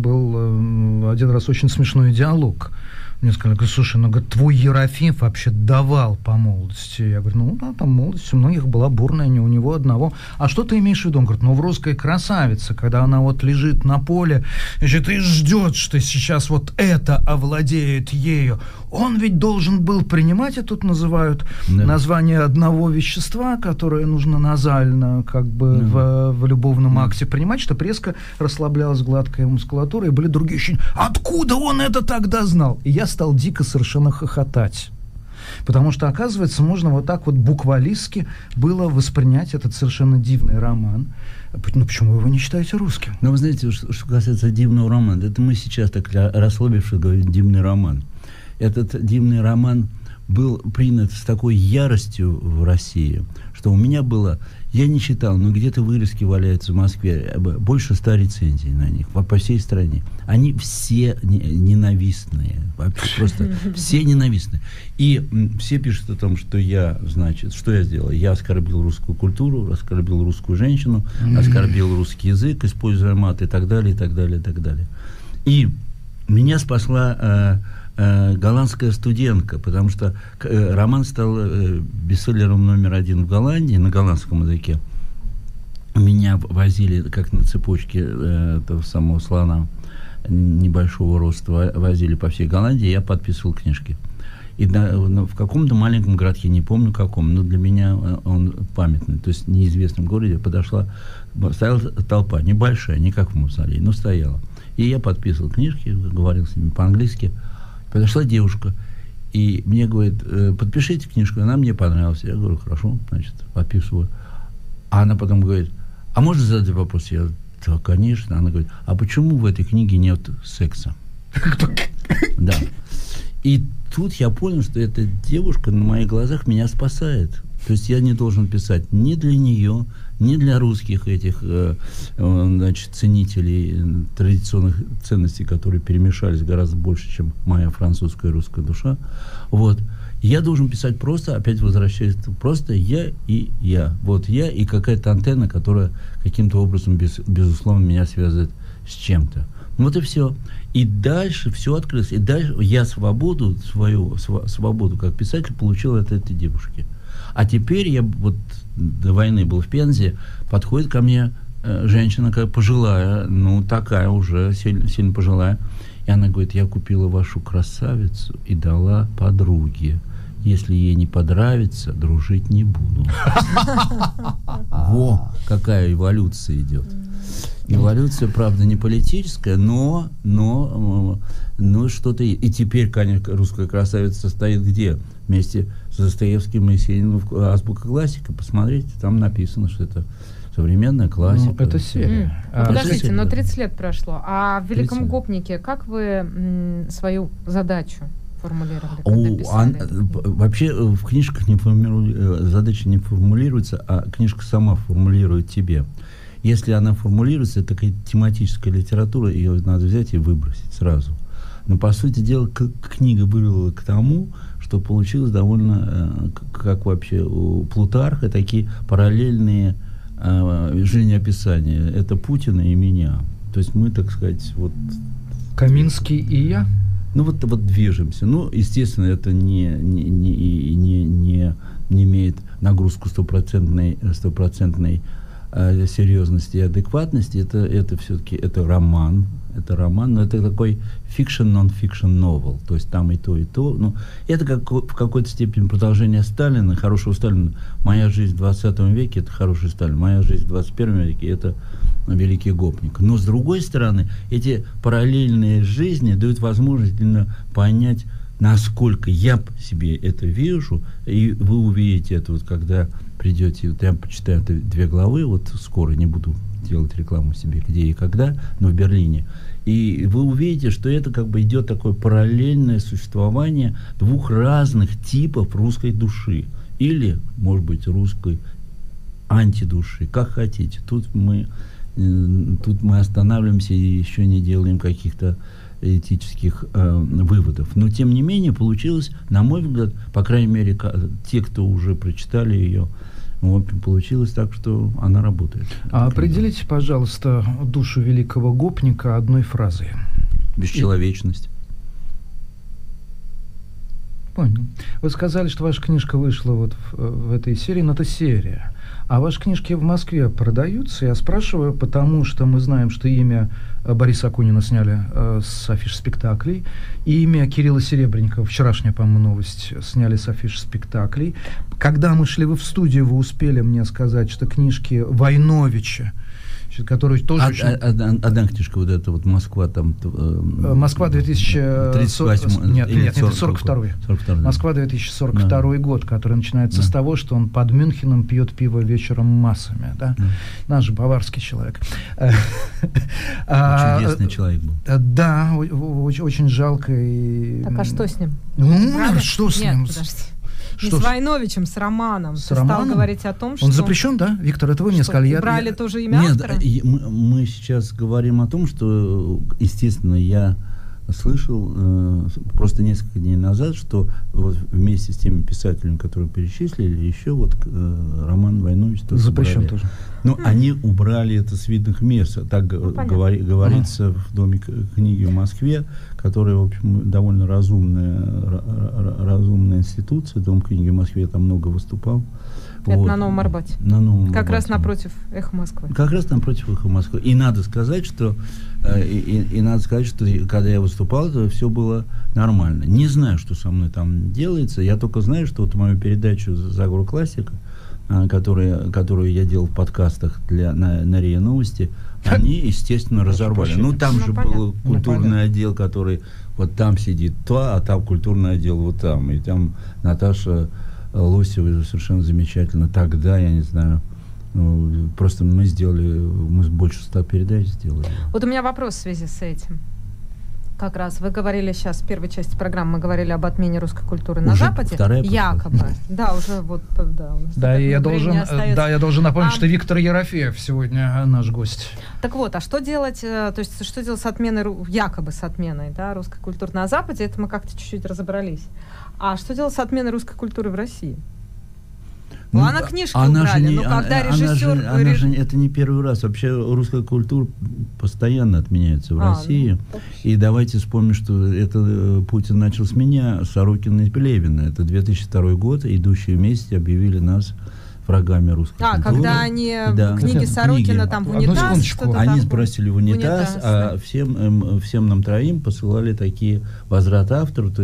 был один раз очень смешной диалог. Мне сказали, слушай, твой Ерофеев вообще давал по молодости. Я говорю, там молодость у многих была бурная, не у него одного. А что ты имеешь в виду? Он говорит, в русской красавице, когда она вот лежит на поле, значит, и ждет, что сейчас вот это овладеет ею. Он ведь должен был принимать, и тут называют название одного вещества, которое нужно назально, как бы в любовном акте принимать, чтобы резко расслаблялась гладкая мускулатура, и были другие ощущения. Откуда он это тогда знал? И я стал дико совершенно хохотать. Потому что, оказывается, можно вот так вот буквалистски было воспринять этот совершенно дивный роман. Почему вы его не считаете русским? Вы знаете, что касается дивного романа, это мы сейчас так расслабившись говорим «дивный роман». Этот дивный роман был принят с такой яростью в России, что у меня было, я не читал, но где-то вырезки валяются в Москве, больше 100 рецензий на них по всей стране. Они все ненавистные, вообще просто все ненавистные. И все пишут о том, что я, значит, что я сделал? Я оскорбил русскую культуру, оскорбил русскую женщину, оскорбил русский язык, используя мат и так далее, и так далее, и так далее. И меня спасла голландская студентка, потому что роман стал бестселлером номер 1 в Голландии на голландском языке. Меня возили, как на цепочке этого самого слона небольшого роста, возили по всей Голландии, я подписывал книжки. И в каком-то маленьком городке, не помню каком, но для меня он памятный, то есть в неизвестном городе стояла толпа, небольшая, не как в Мавзолее, но стояла. И я подписывал книжки, говорил с ними по-английски. Подошла девушка, и мне говорит, подпишите книжку, она мне понравилась. Я говорю, хорошо, значит, подписываю. А она потом говорит, а можно задать вопрос? Я говорю, да, конечно. Она говорит, а почему в этой книге нет секса? Да. И тут я понял, что эта девушка на моих глазах меня спасает. То есть я не должен писать ни для нее, ни для русских этих значит, ценителей традиционных ценностей, которые перемешались гораздо больше, чем моя французская и русская душа. Вот. Я должен писать просто, опять возвращаясь, просто я и я. Вот я и какая-то антенна, которая каким-то образом, безусловно, меня связывает с чем-то. Вот и все. И дальше все открылось. И дальше я свою свободу как писатель получил от этой девушки. А теперь я вот до войны был в Пензе, подходит ко мне женщина как пожилая, такая уже сильно пожилая, и она говорит, я купила вашу красавицу и дала подруге. Если ей не понравится, дружить не буду. Во, какая эволюция идет. Эволюция, правда, не политическая, но что-то... И теперь, конечно, русская красавица стоит где? Вместе с Достоевским и Есениным азбука классика. Посмотрите, там написано, что это современная классика. Ну, это серия. Подождите, но 30 лет прошло. А в «Великом гопнике» как вы свою задачу формулировали, когда писали? Вообще в книжках задача не формулируется, а книжка сама формулирует тебе. Если она формулируется, это такая тематическая литература, ее надо взять и выбросить сразу. Но, по сути дела, книга вывела к тому, что получилось довольно, как вообще у Плутарха, такие параллельные жизнеописания. Это Путина и меня. То есть мы, так сказать, вот... Каминский и я? Ну, вот движемся. Ну, естественно, это не имеет нагрузку стопроцентной серьезности и адекватности. Это все-таки роман. Это роман, но это такой fiction, non-fiction novel. То есть там и то, и то. Ну, это в какой-то степени продолжение Сталина, хорошего Сталина. «Моя жизнь в 20 веке» — это хороший Сталин. «Моя жизнь в 21 веке» — это великий гопник. Но, с другой стороны, эти параллельные жизни дают возможность именно понять, насколько я себе это вижу, и вы увидите это, вот, когда придете, вот я почитаю 2 главы, вот скоро, не буду делать рекламу себе, где и когда, но в Берлине, и вы увидите, что это как бы идет такое параллельное существование 2 разных типов русской души, или, может быть, русской антидуши, как хотите. Тут мы останавливаемся и еще не делаем каких-то этических выводов. Но, тем не менее, получилось, на мой взгляд, по крайней мере, те, кто уже прочитали ее, в общем, получилось так, что она работает. А определите, пожалуйста, душу великого гопника одной фразой. Бесчеловечность. Понял. Вы сказали, что ваша книжка вышла вот в этой серии, но это серия. А ваши книжки в Москве продаются? Я спрашиваю, потому что мы знаем, что имя Бориса Акунина сняли с афиш спектаклей, и имя Кирилла Серебренникова, вчерашняя, по-моему, новость, сняли с афиш спектаклей. Когда мы шли в студию, вы успели мне сказать, что книжки Войновича, который тоже одна книжка, вот эта вот «Москва» там... Москва 2038... Нет, это 42-й. Москва 2042 год, который начинается с того, что он под Мюнхеном пьет пиво вечером массами. Да? Наш же баварский человек. Чудесный человек был. Да, очень жалко. Так, а что с ним? Что с ним? Подожди. Не с Войновичем, с Романом. С Ты Романом? стал говорить о том, что... Он запрещен, да? Виктор, это вы мне сказали. Убрали тоже имя автора? Нет, мы сейчас говорим о том, что, естественно, я слышал просто несколько дней назад, что вот вместе с теми писателями, которые перечислили, еще вот Роман Войнович тоже запрещен убрали. Тоже. Но они убрали это с видных мест. Так говорится в Доме книги в Москве, которая, в общем, довольно разумная институция. Дом книги в Москве, я там много выступал. Это вот. На Новом Арбате. На Новом как Арбате. Раз напротив «Эхо Москвы». Как раз напротив «Эхо Москвы». И надо сказать, что когда я выступал, то все было нормально. Не знаю, что со мной там делается. Я только знаю, что вот мою передачу «Заговор классика», которую я делал в подкастах на РИА Новости, они, естественно, разорвали. Ну, там же был культурный отдел, который вот там сидит, а там культурный отдел вот там. И там Наташа Лосева совершенно замечательно. Тогда, я не знаю, просто мы больше 100 передач сделали. Вот у меня вопрос в связи с этим. Как раз вы говорили сейчас, в первой части программы, мы говорили об отмене русской культуры на Западе. Якобы. Да, уже вот, да. У нас я должен напомнить, что Виктор Ерофеев сегодня наш гость. Так вот, а что делать, то есть что делать с отменой, якобы с отменой, да, русской культуры на Западе, это мы как-то чуть-чуть разобрались. А что делать с отменой русской культуры в России? Она книжки убрали, но когда режиссер... Это не первый раз. Вообще русская культура постоянно отменяется в России. И давайте вспомним, что это Путин начал с меня, Сорокина и Пелевина. Это 2002 год, идущие вместе объявили нас врагами русской культуры. Когда они книги Сорокина там в унитаз, что-то они сбросили в унитаз, а всем нам троим посылали такие возврат автору, то есть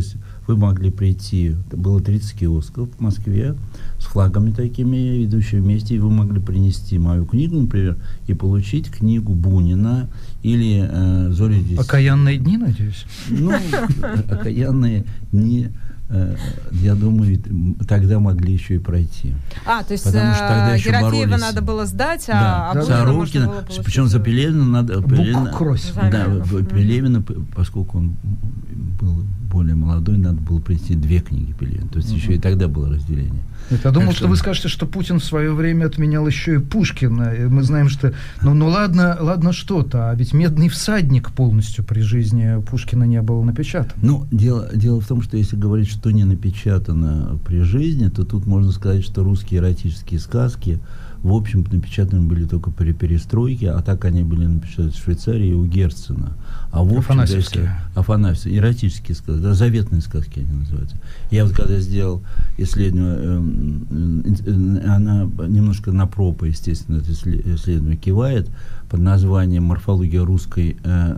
вы могли прийти, было 30 киосков в Москве с флагами такими, идущими вместе, и вы могли принести мою книгу, например, и получить книгу Бунина или «Зори здесь». «Окаянные дни», надеюсь? Ну, «Окаянные дни», я думаю, тогда могли еще и пройти. То есть Ерофеева надо было сдать, а Бунина можно было получить. Причем за Пелевина надо... Буккросс. Да, Пелевина, поскольку он был более молодой, надо было прийти 2 книги Пелевина. То есть еще и тогда было разделение. Я думал, что вы скажете, что Путин в свое время отменял еще и Пушкина. И мы знаем, что... Ну ладно что-то, а ведь «Медный всадник» полностью при жизни Пушкина не был напечатан. Ну, дело в том, что если говорить, что не напечатано при жизни, то тут можно сказать, что русские эротические сказки, в общем, напечатаны были только при перестройке, а так они были напечатаны в Швейцарии у Герцена. А в общем, Афанасьевские, эротические сказки, да, заветные сказки они называются. Я вот когда сделал исследование, она немножко на пропа, естественно, это исследование кивает, под названием «Морфология русского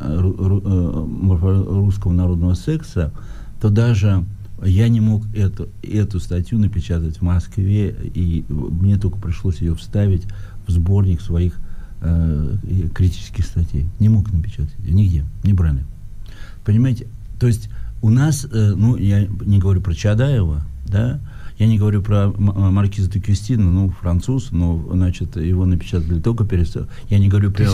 народного секса», то даже я не мог эту статью напечатать в Москве, и мне только пришлось ее вставить в сборник своих критических статей. Не мог напечатать ее, нигде, не брали. Понимаете? То есть у нас, я не говорю про Чадаева, да, я не говорю про маркиза де Кюстина, француз, но, значит, его напечатали только я не говорю про...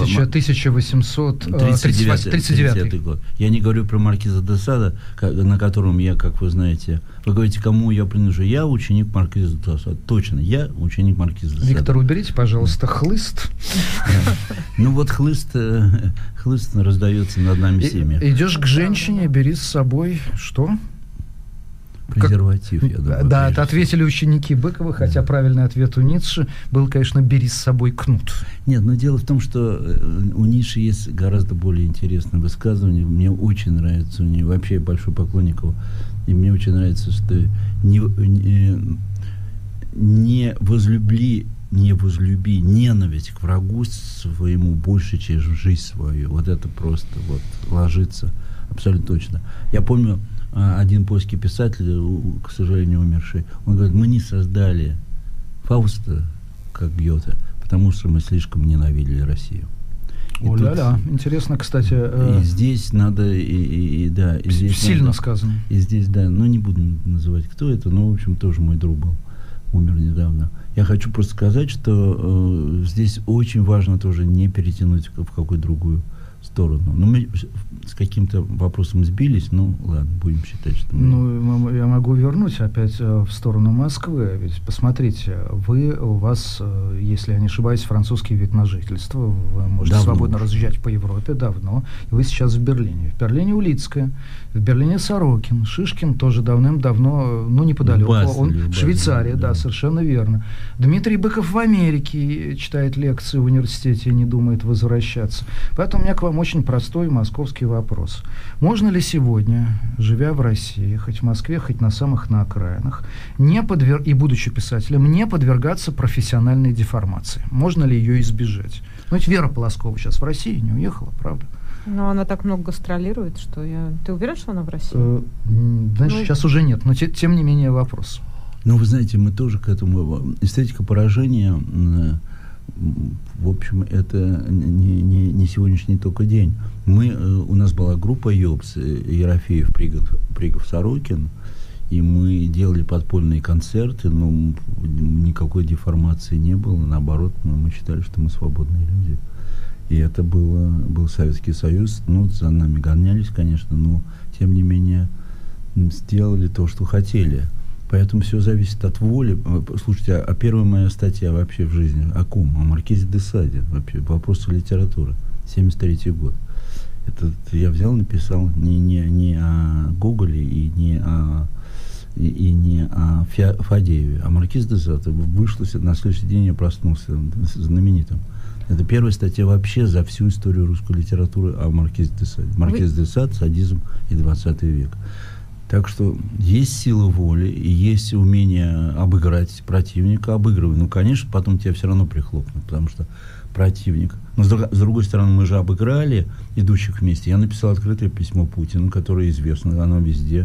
1839 год. Я не говорю про маркиза де Сада, на котором я, как вы знаете... Вы говорите, кому я принадлежу? Я ученик маркиза де Сада. Точно, я ученик маркиза де Сада. Виктор, уберите, пожалуйста, хлыст. Ну вот хлыст раздается над нами всеми. Идешь к женщине, бери с собой что? Презерватив, я думаю. Да, это ответили ученики Быкова, хотя правильный ответ у Ницше был, конечно, «бери с собой кнут». Нет, но дело в том, что у Ницше есть гораздо более интересное высказывание. Мне очень нравится, у него вообще большой поклонник его, и мне очень нравится, что не возлюби ненависть к врагу своему больше, чем жизнь свою. Вот это просто ложится абсолютно точно. Я помню, один польский писатель, к сожалению, умерший, он говорит, мы не создали Фауста, как Гёте, потому что мы слишком ненавидели Россию. О-ля-ля, интересно, кстати... И здесь надо, здесь сильно надо, сказано. И здесь, не буду называть, кто это, но, в общем, тоже мой друг был, умер недавно. Я хочу просто сказать, что здесь очень важно тоже не перетянуть в какую-то другую сторону. Мы с каким-то вопросом сбились, ладно, будем считать, что мы... я могу вернуть опять в сторону Москвы, ведь посмотрите, у вас, если я не ошибаюсь, французский вид на жительство, вы можете свободно разъезжать по Европе давно, и вы сейчас в Берлине. В Берлине Улицкая, в Берлине Сорокин, Шишкин тоже давным-давно, неподалеку, он в Швейцарии, да, совершенно верно. Дмитрий Быков в Америке читает лекции в университете и не думает возвращаться. Поэтому у меня к вам очень простой московский вопрос. Можно ли сегодня, живя в России, хоть в Москве, хоть на окраинах, и будучи писателем, не подвергаться профессиональной деформации? Можно ли ее избежать? Ведь Вера Полоскова сейчас в России не уехала, правда? Но она так много гастролирует, что Ты уверен, что она в России? Сейчас уже нет, но тем не менее вопрос. Вы знаете, мы тоже к этому... Эстетика поражения... В общем, это не сегодняшний только день. У нас была группа ЙОПС, Ерофеев, Пригов, Сорокин, и мы делали подпольные концерты, но никакой деформации не было. Наоборот, мы считали, что мы свободные люди. И это был Советский Союз. За нами гонялись, конечно, но, тем не менее, сделали то, что хотели. Поэтому все зависит от воли. Слушайте, первая моя статья вообще в жизни о ком? О маркизе де Саде. Вообще, вопросы литературы. 73-й год. Это я взял, написал не о Гоголе и не о Фадееве, а маркиз де Саде. Вышло, на следующий день я проснулся знаменитым. Это первая статья вообще за всю историю русской литературы о маркизе де Саде. Маркиз де Сад, садизм и 20 век. Так что есть сила воли и есть умение обыграть противника, обыгрывай. Конечно, потом тебя все равно прихлопнут, потому что противник. Но с другой стороны, мы же обыграли идущих вместе. Я написал открытое письмо Путину, которое известно, оно везде.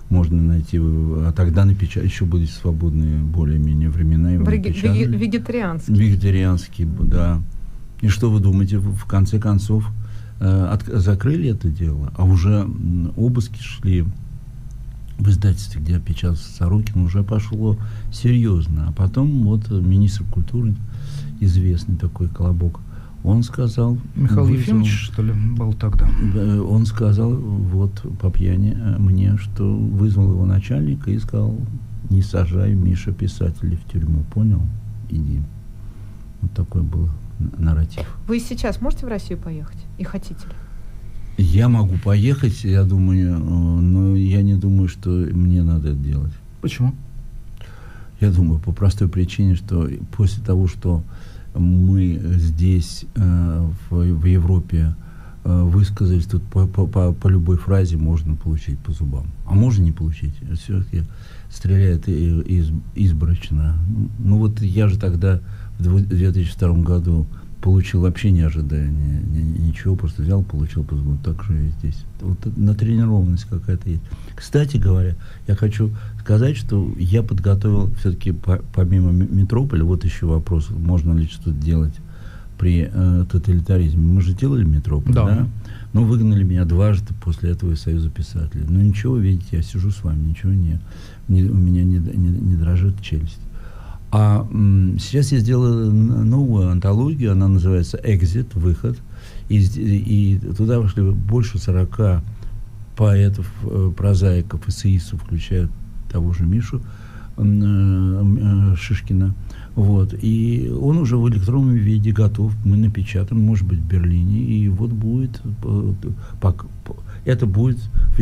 можно найти, а тогда еще были свободные более-менее времена. Вегетарианский, да. И что вы думаете, в конце концов закрыли это дело, а уже обыски шли в издательстве, где печатался Сорокин, уже пошло серьезно. А потом вот министр культуры, известный такой Колобок, он сказал... Михаил Ефимович, что ли, был тогда? Он сказал вот по пьяни мне, что вызвал его начальника и сказал: не сажай, Миша, писателей в тюрьму, понял? Иди. Вот такой был нарратив. Вы сейчас можете в Россию поехать? И хотите ли? Я могу поехать, я думаю, но я не думаю, что мне надо это делать. Почему? Я думаю, по простой причине, что после того, что мы здесь, в Европе, высказались, тут по любой фразе можно получить по зубам. А можно не получить. Все-таки стреляют изборочно. Ну вот я же тогда в 2002 году получил, вообще не ожидая ничего, просто взял, получил по зубам. Так же и здесь. Вот натренированность какая-то есть. Кстати говоря, я хочу сказать, что я подготовил все-таки помимо Метрополя, вот еще вопрос, можно ли что-то делать при тоталитаризме. Мы же делали Метрополь, да? Но выгнали меня дважды после этого из Союза писателей. Ну ничего, видите, я сижу с вами, ничего у меня не дрожит челюсть. А сейчас я сделал новую антологию, она называется «Экзит», «Выход». И туда вошли больше 40 поэтов, прозаиков, эссеистов, включая того же Мишу Шишкина. Вот. И он уже в электронном виде готов. Мы напечатаем, может быть, в Берлине. И вот будет... Это будет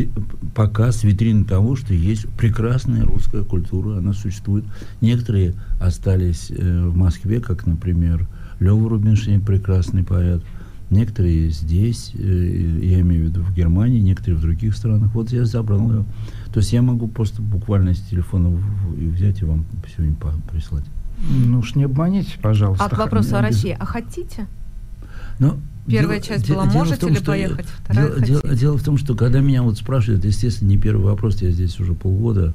показ, витрины того, что есть прекрасная русская культура, она существует. Некоторые остались в Москве, как, например, Лёва Рубинштейн, прекрасный поэт. Некоторые здесь, я имею в виду в Германии, некоторые в других странах. Вот я забрал его. То есть я могу просто буквально с телефона взять и вам сегодня прислать. Ну уж не обманите, пожалуйста. А к вопросу о России. А хотите? Но Первая часть была, можете ли поехать? Дело в том, что когда меня вот спрашивают, естественно, не первый вопрос, я здесь уже полгода,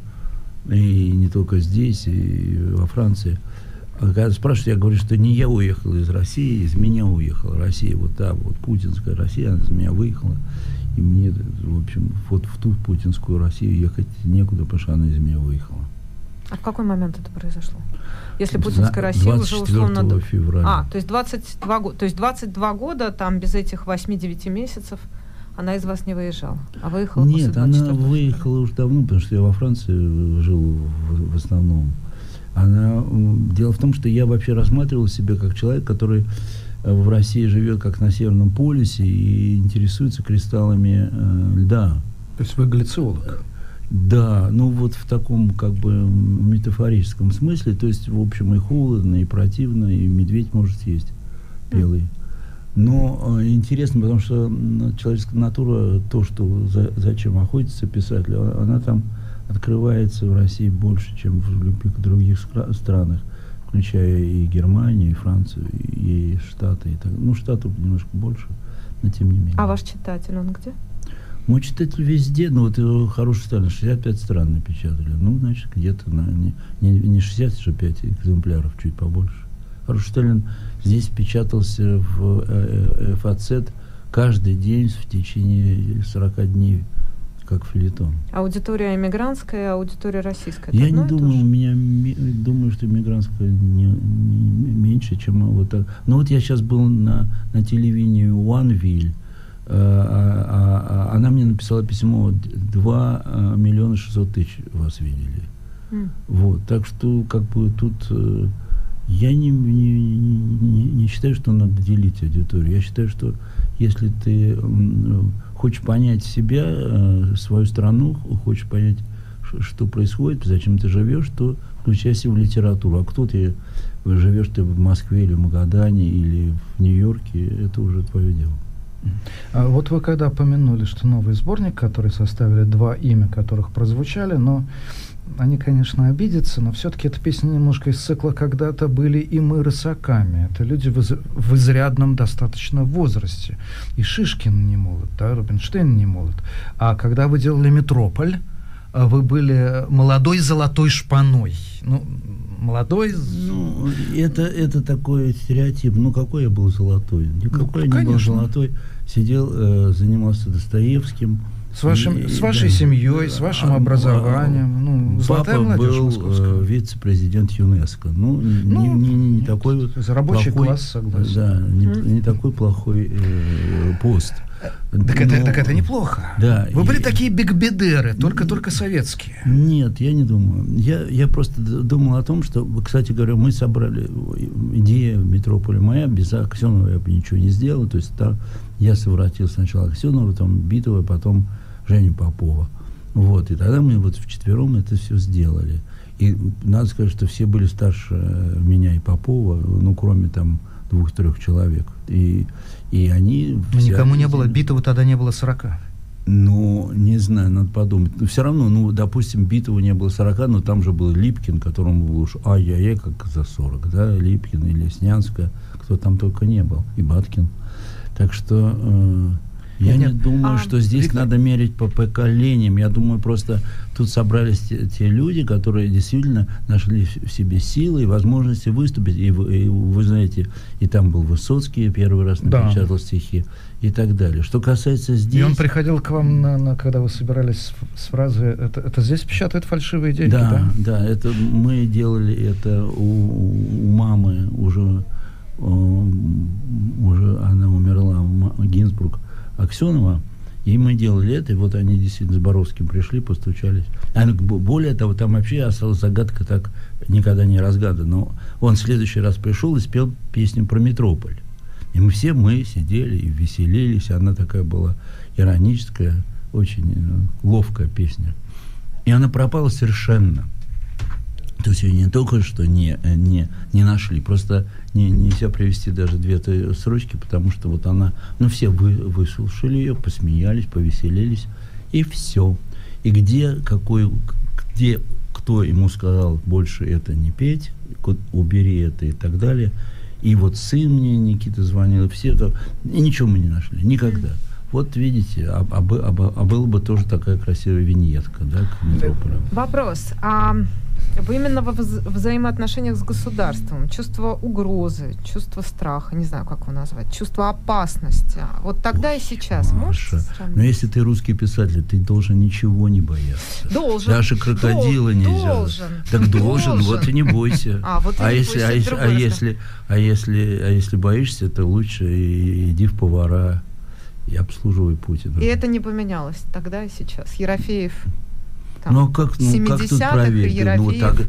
и не только здесь, и во Франции. А когда спрашивают, я говорю, что не я уехал из России, из меня уехала Россия. Вот та вот путинская Россия, она из меня выехала. И мне, в общем, вот в ту путинскую Россию ехать некуда, потому что она из меня выехала. А в какой момент это произошло? Если путинская Россия уже условно... 24 февраля. То есть 22 года. То есть 22 года, там, без этих 8-9 месяцев, она из вас не выезжала, а выехала после 24 Нет, она выехала уже давно, потому что я во Франции жил в основном. Дело в том, что я вообще рассматривал себя как человек, который в России живет как на Северном полюсе и интересуется кристаллами льда. То есть вы гляциолог? Да, ну вот в таком как бы метафорическом смысле, то есть в общем и холодно, и противно, и медведь может съесть белый. Но интересно, потому что человеческая натура, то, что зачем охотится писатель, она там открывается в России больше, чем в любых других странах, включая и Германию, и Францию, и Штаты. И так. Ну, Штатов немножко больше, но тем не менее. А ваш читатель, он где? Мой читатель везде, ну вот его хороший стали, 65 стран напечатали. Ну, значит, где-то не 65 экземпляров, чуть побольше. Хороший Сталин здесь печатался в ФАЦ каждый день в течение 40 дней, как фельетон. Аудитория эмигрантская, аудитория российская. Я не думаю, думаю, что эмигрантская не меньше, чем вот так. Но вот я сейчас был на телевидении Уанвиль. Она мне написала письмо: 2 миллиона 600 тысяч вас видели. Вот, так что как бы тут я не считаю, что надо делить аудиторию. Я считаю, что если ты хочешь понять себя, свою страну, хочешь понять, что происходит, зачем ты живешь, то включайся в литературу. А кто ты живешь, ты в Москве или в Магадане или в Нью-Йорке, это уже твое дело. А вот вы когда упомянули, что новый сборник, который составили 2 имя, которых прозвучали, но они, конечно, обидятся, но все-таки эта песня немножко из цикла «Когда-то были и мы рысаками». Это люди в изрядном достаточно возрасте. И Шишкин не молод, да, Рубинштейн не молод. А когда вы делали «Метрополь», вы были молодой золотой шпаной. Ну, молодой... Ну, это такой стереотип. Ну, какой я был золотой? Никакой я не был золотой. Сидел, занимался Достоевским. С вашей семьей, с вашим образованием. Папа был вице-президент ЮНЕСКО. Не такой рабочий класс, согласен. Да, не такой плохой пост. Так это неплохо. Да, вы были такие бигбедеры, только советские. Нет, я не думаю. Я просто думал о том, что, кстати говоря, мы собрали идею метрополя моя, без Аксенова я бы ничего не сделал. То есть я совратил сначала Аксенова, потом Битова, потом Женю Попова. Вот. И тогда мы вот вчетвером это все сделали. И надо сказать, что все были старше меня и Попова, ну, кроме там 2-3 человек. И они... Но никому не было, Битова тогда не было 40. Ну, не знаю, надо подумать. Но все равно, допустим, Битова не было 40, но там же был Липкин, которому было уж ай-яй-яй, как за 40, да, Липкин или Снянская, кто там только не был, и Баткин. Так что... Я не думаю, что здесь надо мерить по поколениям. Я думаю, просто тут собрались те люди, которые действительно нашли в себе силы и возможности выступить. И вы знаете, и там был Высоцкий, первый раз напечатал стихи и так далее. Что касается здесь... И он приходил к вам, когда вы собирались с фразой «это здесь печатают фальшивые деньги», да? Да, это мы делали это у мамы, уже она умерла, Гинзбург, Аксенова, и мы делали это, и вот они действительно с Боровским пришли, постучались. Более того, там вообще осталась загадка, так никогда не разгадана. Но он в следующий раз пришел и спел песню про метрополь. И мы сидели и веселились. Она такая была ироническая, очень ловкая песня. И она пропала совершенно. То есть ее не только что не нашли, просто нельзя привести даже 2 строчки, потому что вот она, все выслушали ее, посмеялись, повеселились, и все. И где кто ему сказал больше это не петь, убери это и так далее. И вот сын мне, Никита, звонил, все это, и ничего мы не нашли, никогда. Вот видите, была бы тоже такая красивая виньетка, да, к метрополю. Вопрос. Вы именно во взаимоотношениях с государством, чувство угрозы, чувство страха, не знаю, как его назвать, чувство опасности. Вот тогда и сейчас можете сравнить? Но если ты русский писатель, ты должен ничего не бояться. Должен. Даже крокодила нельзя. Должен. Так должен, вот и не бойся. Если боишься, то лучше иди в повара и обслуживай Путина. И это не поменялось тогда и сейчас. Ерофеев... Как тут проверить?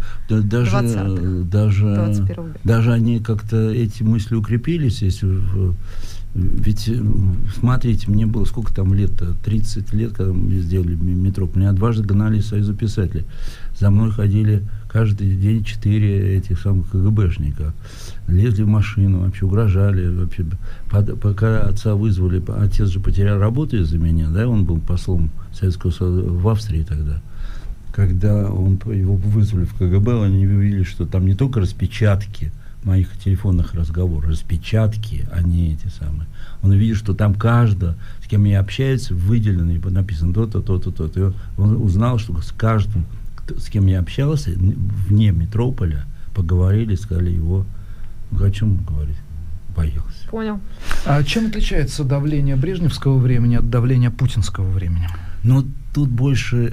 Даже они как-то эти мысли укрепились. Ведь, смотрите, мне было сколько там лет-то? 30 лет, когда мы сделали метрополь. Меня дважды гнали из Союза писателей. За мной ходили каждый день 4 этих самых КГБшника. Лезли в машину, вообще угрожали. Вообще, пока отца вызвали, отец же потерял работу из-за меня, да, он был послом Советского Союза в Австрии тогда. Когда его вызвали в КГБ, они увидели, что там не только распечатки моих телефонных разговоров, распечатки, а не эти самые. Он увидел, что там каждого, с кем я общаюсь, выделено и написано то-то, то-то, то-то. И он узнал, что с каждым, с кем я общался, вне метрополя, поговорили, сказали его, о чем говорить, боялся. Понял. А чем отличается давление брежневского времени от давления путинского времени? Тут больше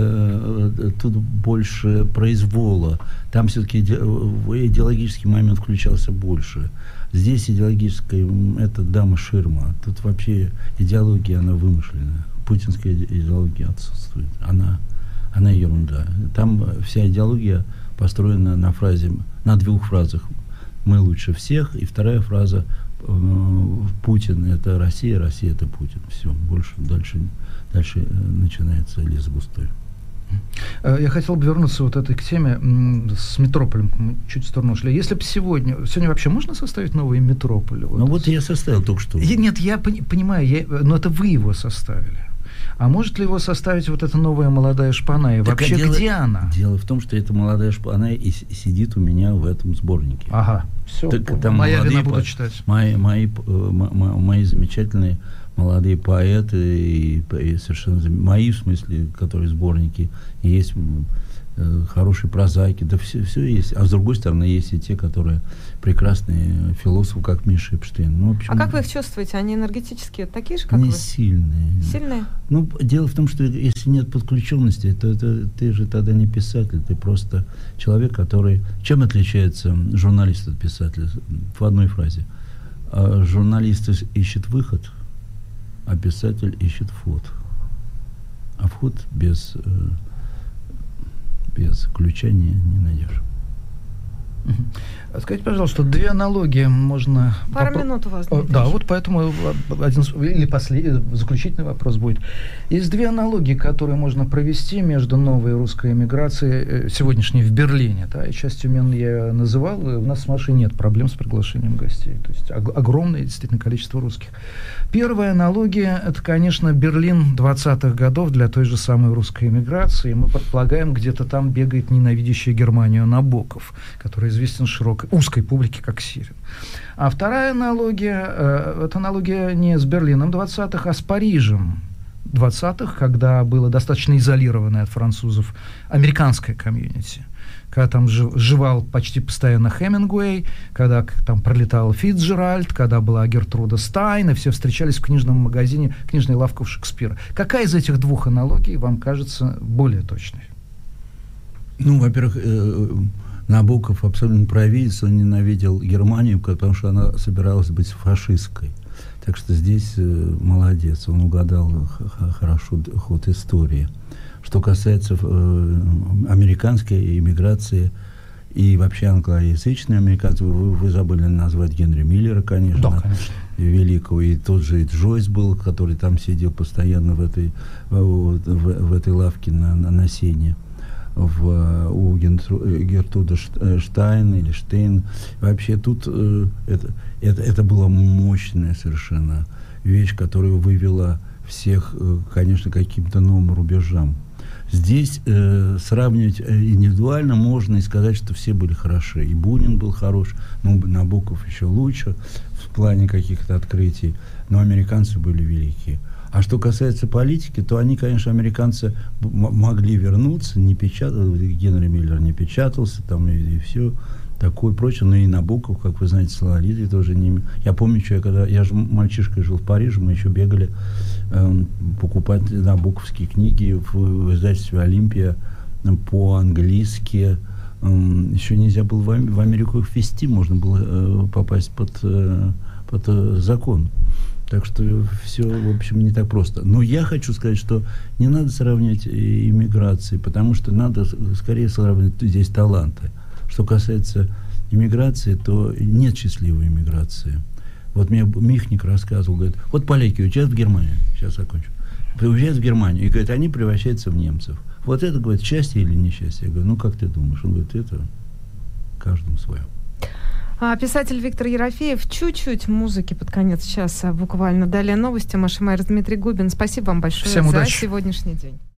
произвола. Там все-таки идеологический момент включался больше. Здесь идеологическая, это дама ширма. Тут вообще идеология, она вымышленная. Путинская идеология отсутствует. Она ерунда. Там вся идеология построена на 2 фразах. Мы лучше всех. И 2 фраза Путин это Россия, Россия это Путин. Все, больше дальше начинается лес густой. Я хотел бы вернуться вот этой к теме с метрополем. Мы чуть в сторону ушли. Если бы сегодня вообще можно составить новый метрополь? Вот я составил только что. Нет, я понимаю, но это вы его составили. А может ли его составить вот эта новая молодая шпана? И вообще, где она? Дело в том, что эта молодая шпана и сидит у меня в этом сборнике. Ага, все. Моя вина, буду читать. Мои замечательные молодые поэты, и совершенно мои, в смысле, которые сборники, есть хорошие прозаики, да все есть. А с другой стороны, есть и те, которые прекрасные философы, как Миша Эпштейн. Ну, а как вы их чувствуете? Они энергетические такие же, как они вы? Сильные. Сильные? Ну, дело в том, что если нет подключенности, то ты же тогда не писатель, ты просто человек, который... Чем отличается журналист от писателя? В одной фразе. Журналист ищет выход, а писатель ищет вход. А вход без ключа не найдешь. Скажите, пожалуйста, две аналогии можно... Пару минут у вас, Дмитрий. Да, вот поэтому заключительный вопрос будет. Есть две аналогии, которые можно провести между новой русской эмиграцией, сегодняшней в Берлине. Да, и часть Тюмень я называл, и у нас с Машей нет проблем с приглашением гостей. То есть огромное действительно количество русских. Первая аналогия – это, конечно, Берлин 20-х годов для той же самой русской эмиграции. Мы предполагаем, где-то там бегает ненавидящий Германию Набоков, который известен широкой, узкой публике как Сирин. А вторая аналогия, это аналогия не с Берлином 20-х, а с Парижем 20-х, когда было достаточно изолированное от французов американское комьюнити, когда там жевал почти постоянно Хемингуэй, когда там пролетал Фицджеральд, когда была Гертруда Стайн, и все встречались в книжном магазине, книжной лавке у Шекспира. Какая из этих двух аналогий вам кажется более точной? Ну, во-первых, Набоков абсолютно провидец, он ненавидел Германию, потому что она собиралась быть фашистской. Так что здесь молодец, он угадал хорошо ход истории. Что касается американской иммиграции и вообще англоязычной американцы, вы забыли назвать Генри Миллера, конечно, да, конечно, великого, и тот же Джойс был, который там сидел постоянно в этой лавке на сене. У Гертруда Штайн или Штейн. Вообще тут это была мощная совершенно вещь, которая вывела всех, конечно, к каким-то новым рубежам. Здесь сравнивать индивидуально можно и сказать, что все были хороши. И Бунин был хорош, но Набоков еще лучше в плане каких-то открытий, но американцы были великие. А что касается политики, то они, конечно, американцы могли вернуться, не печатали, Генри Миллер не печатался, там и все такое прочее, но и Набоков, как вы знаете, Сололиды тоже не... Я помню, что я же мальчишкой жил в Париже, мы еще бегали покупать набоковские книги в издательстве «Олимпия» по-английски. Еще нельзя было в Америку их везти, можно было попасть под закон. Так что все, в общем, не так просто. Но я хочу сказать, что не надо сравнивать иммиграции, потому что надо скорее сравнивать здесь таланты. Что касается иммиграции, то нет счастливой иммиграции. Вот мне Михник рассказывал, говорит, вот поляки уезжают в Германию, сейчас закончу, уезжают в Германию, и, говорит, они превращаются в немцев. Вот это, говорит, счастье или несчастье? Я говорю, ну, как ты думаешь? Он говорит, это каждому свое. Писатель Виктор Ерофеев. Чуть-чуть музыки под конец часа, буквально. Далее новости. Маша Майерс, Дмитрий Губин. Спасибо вам большое за сегодняшний день.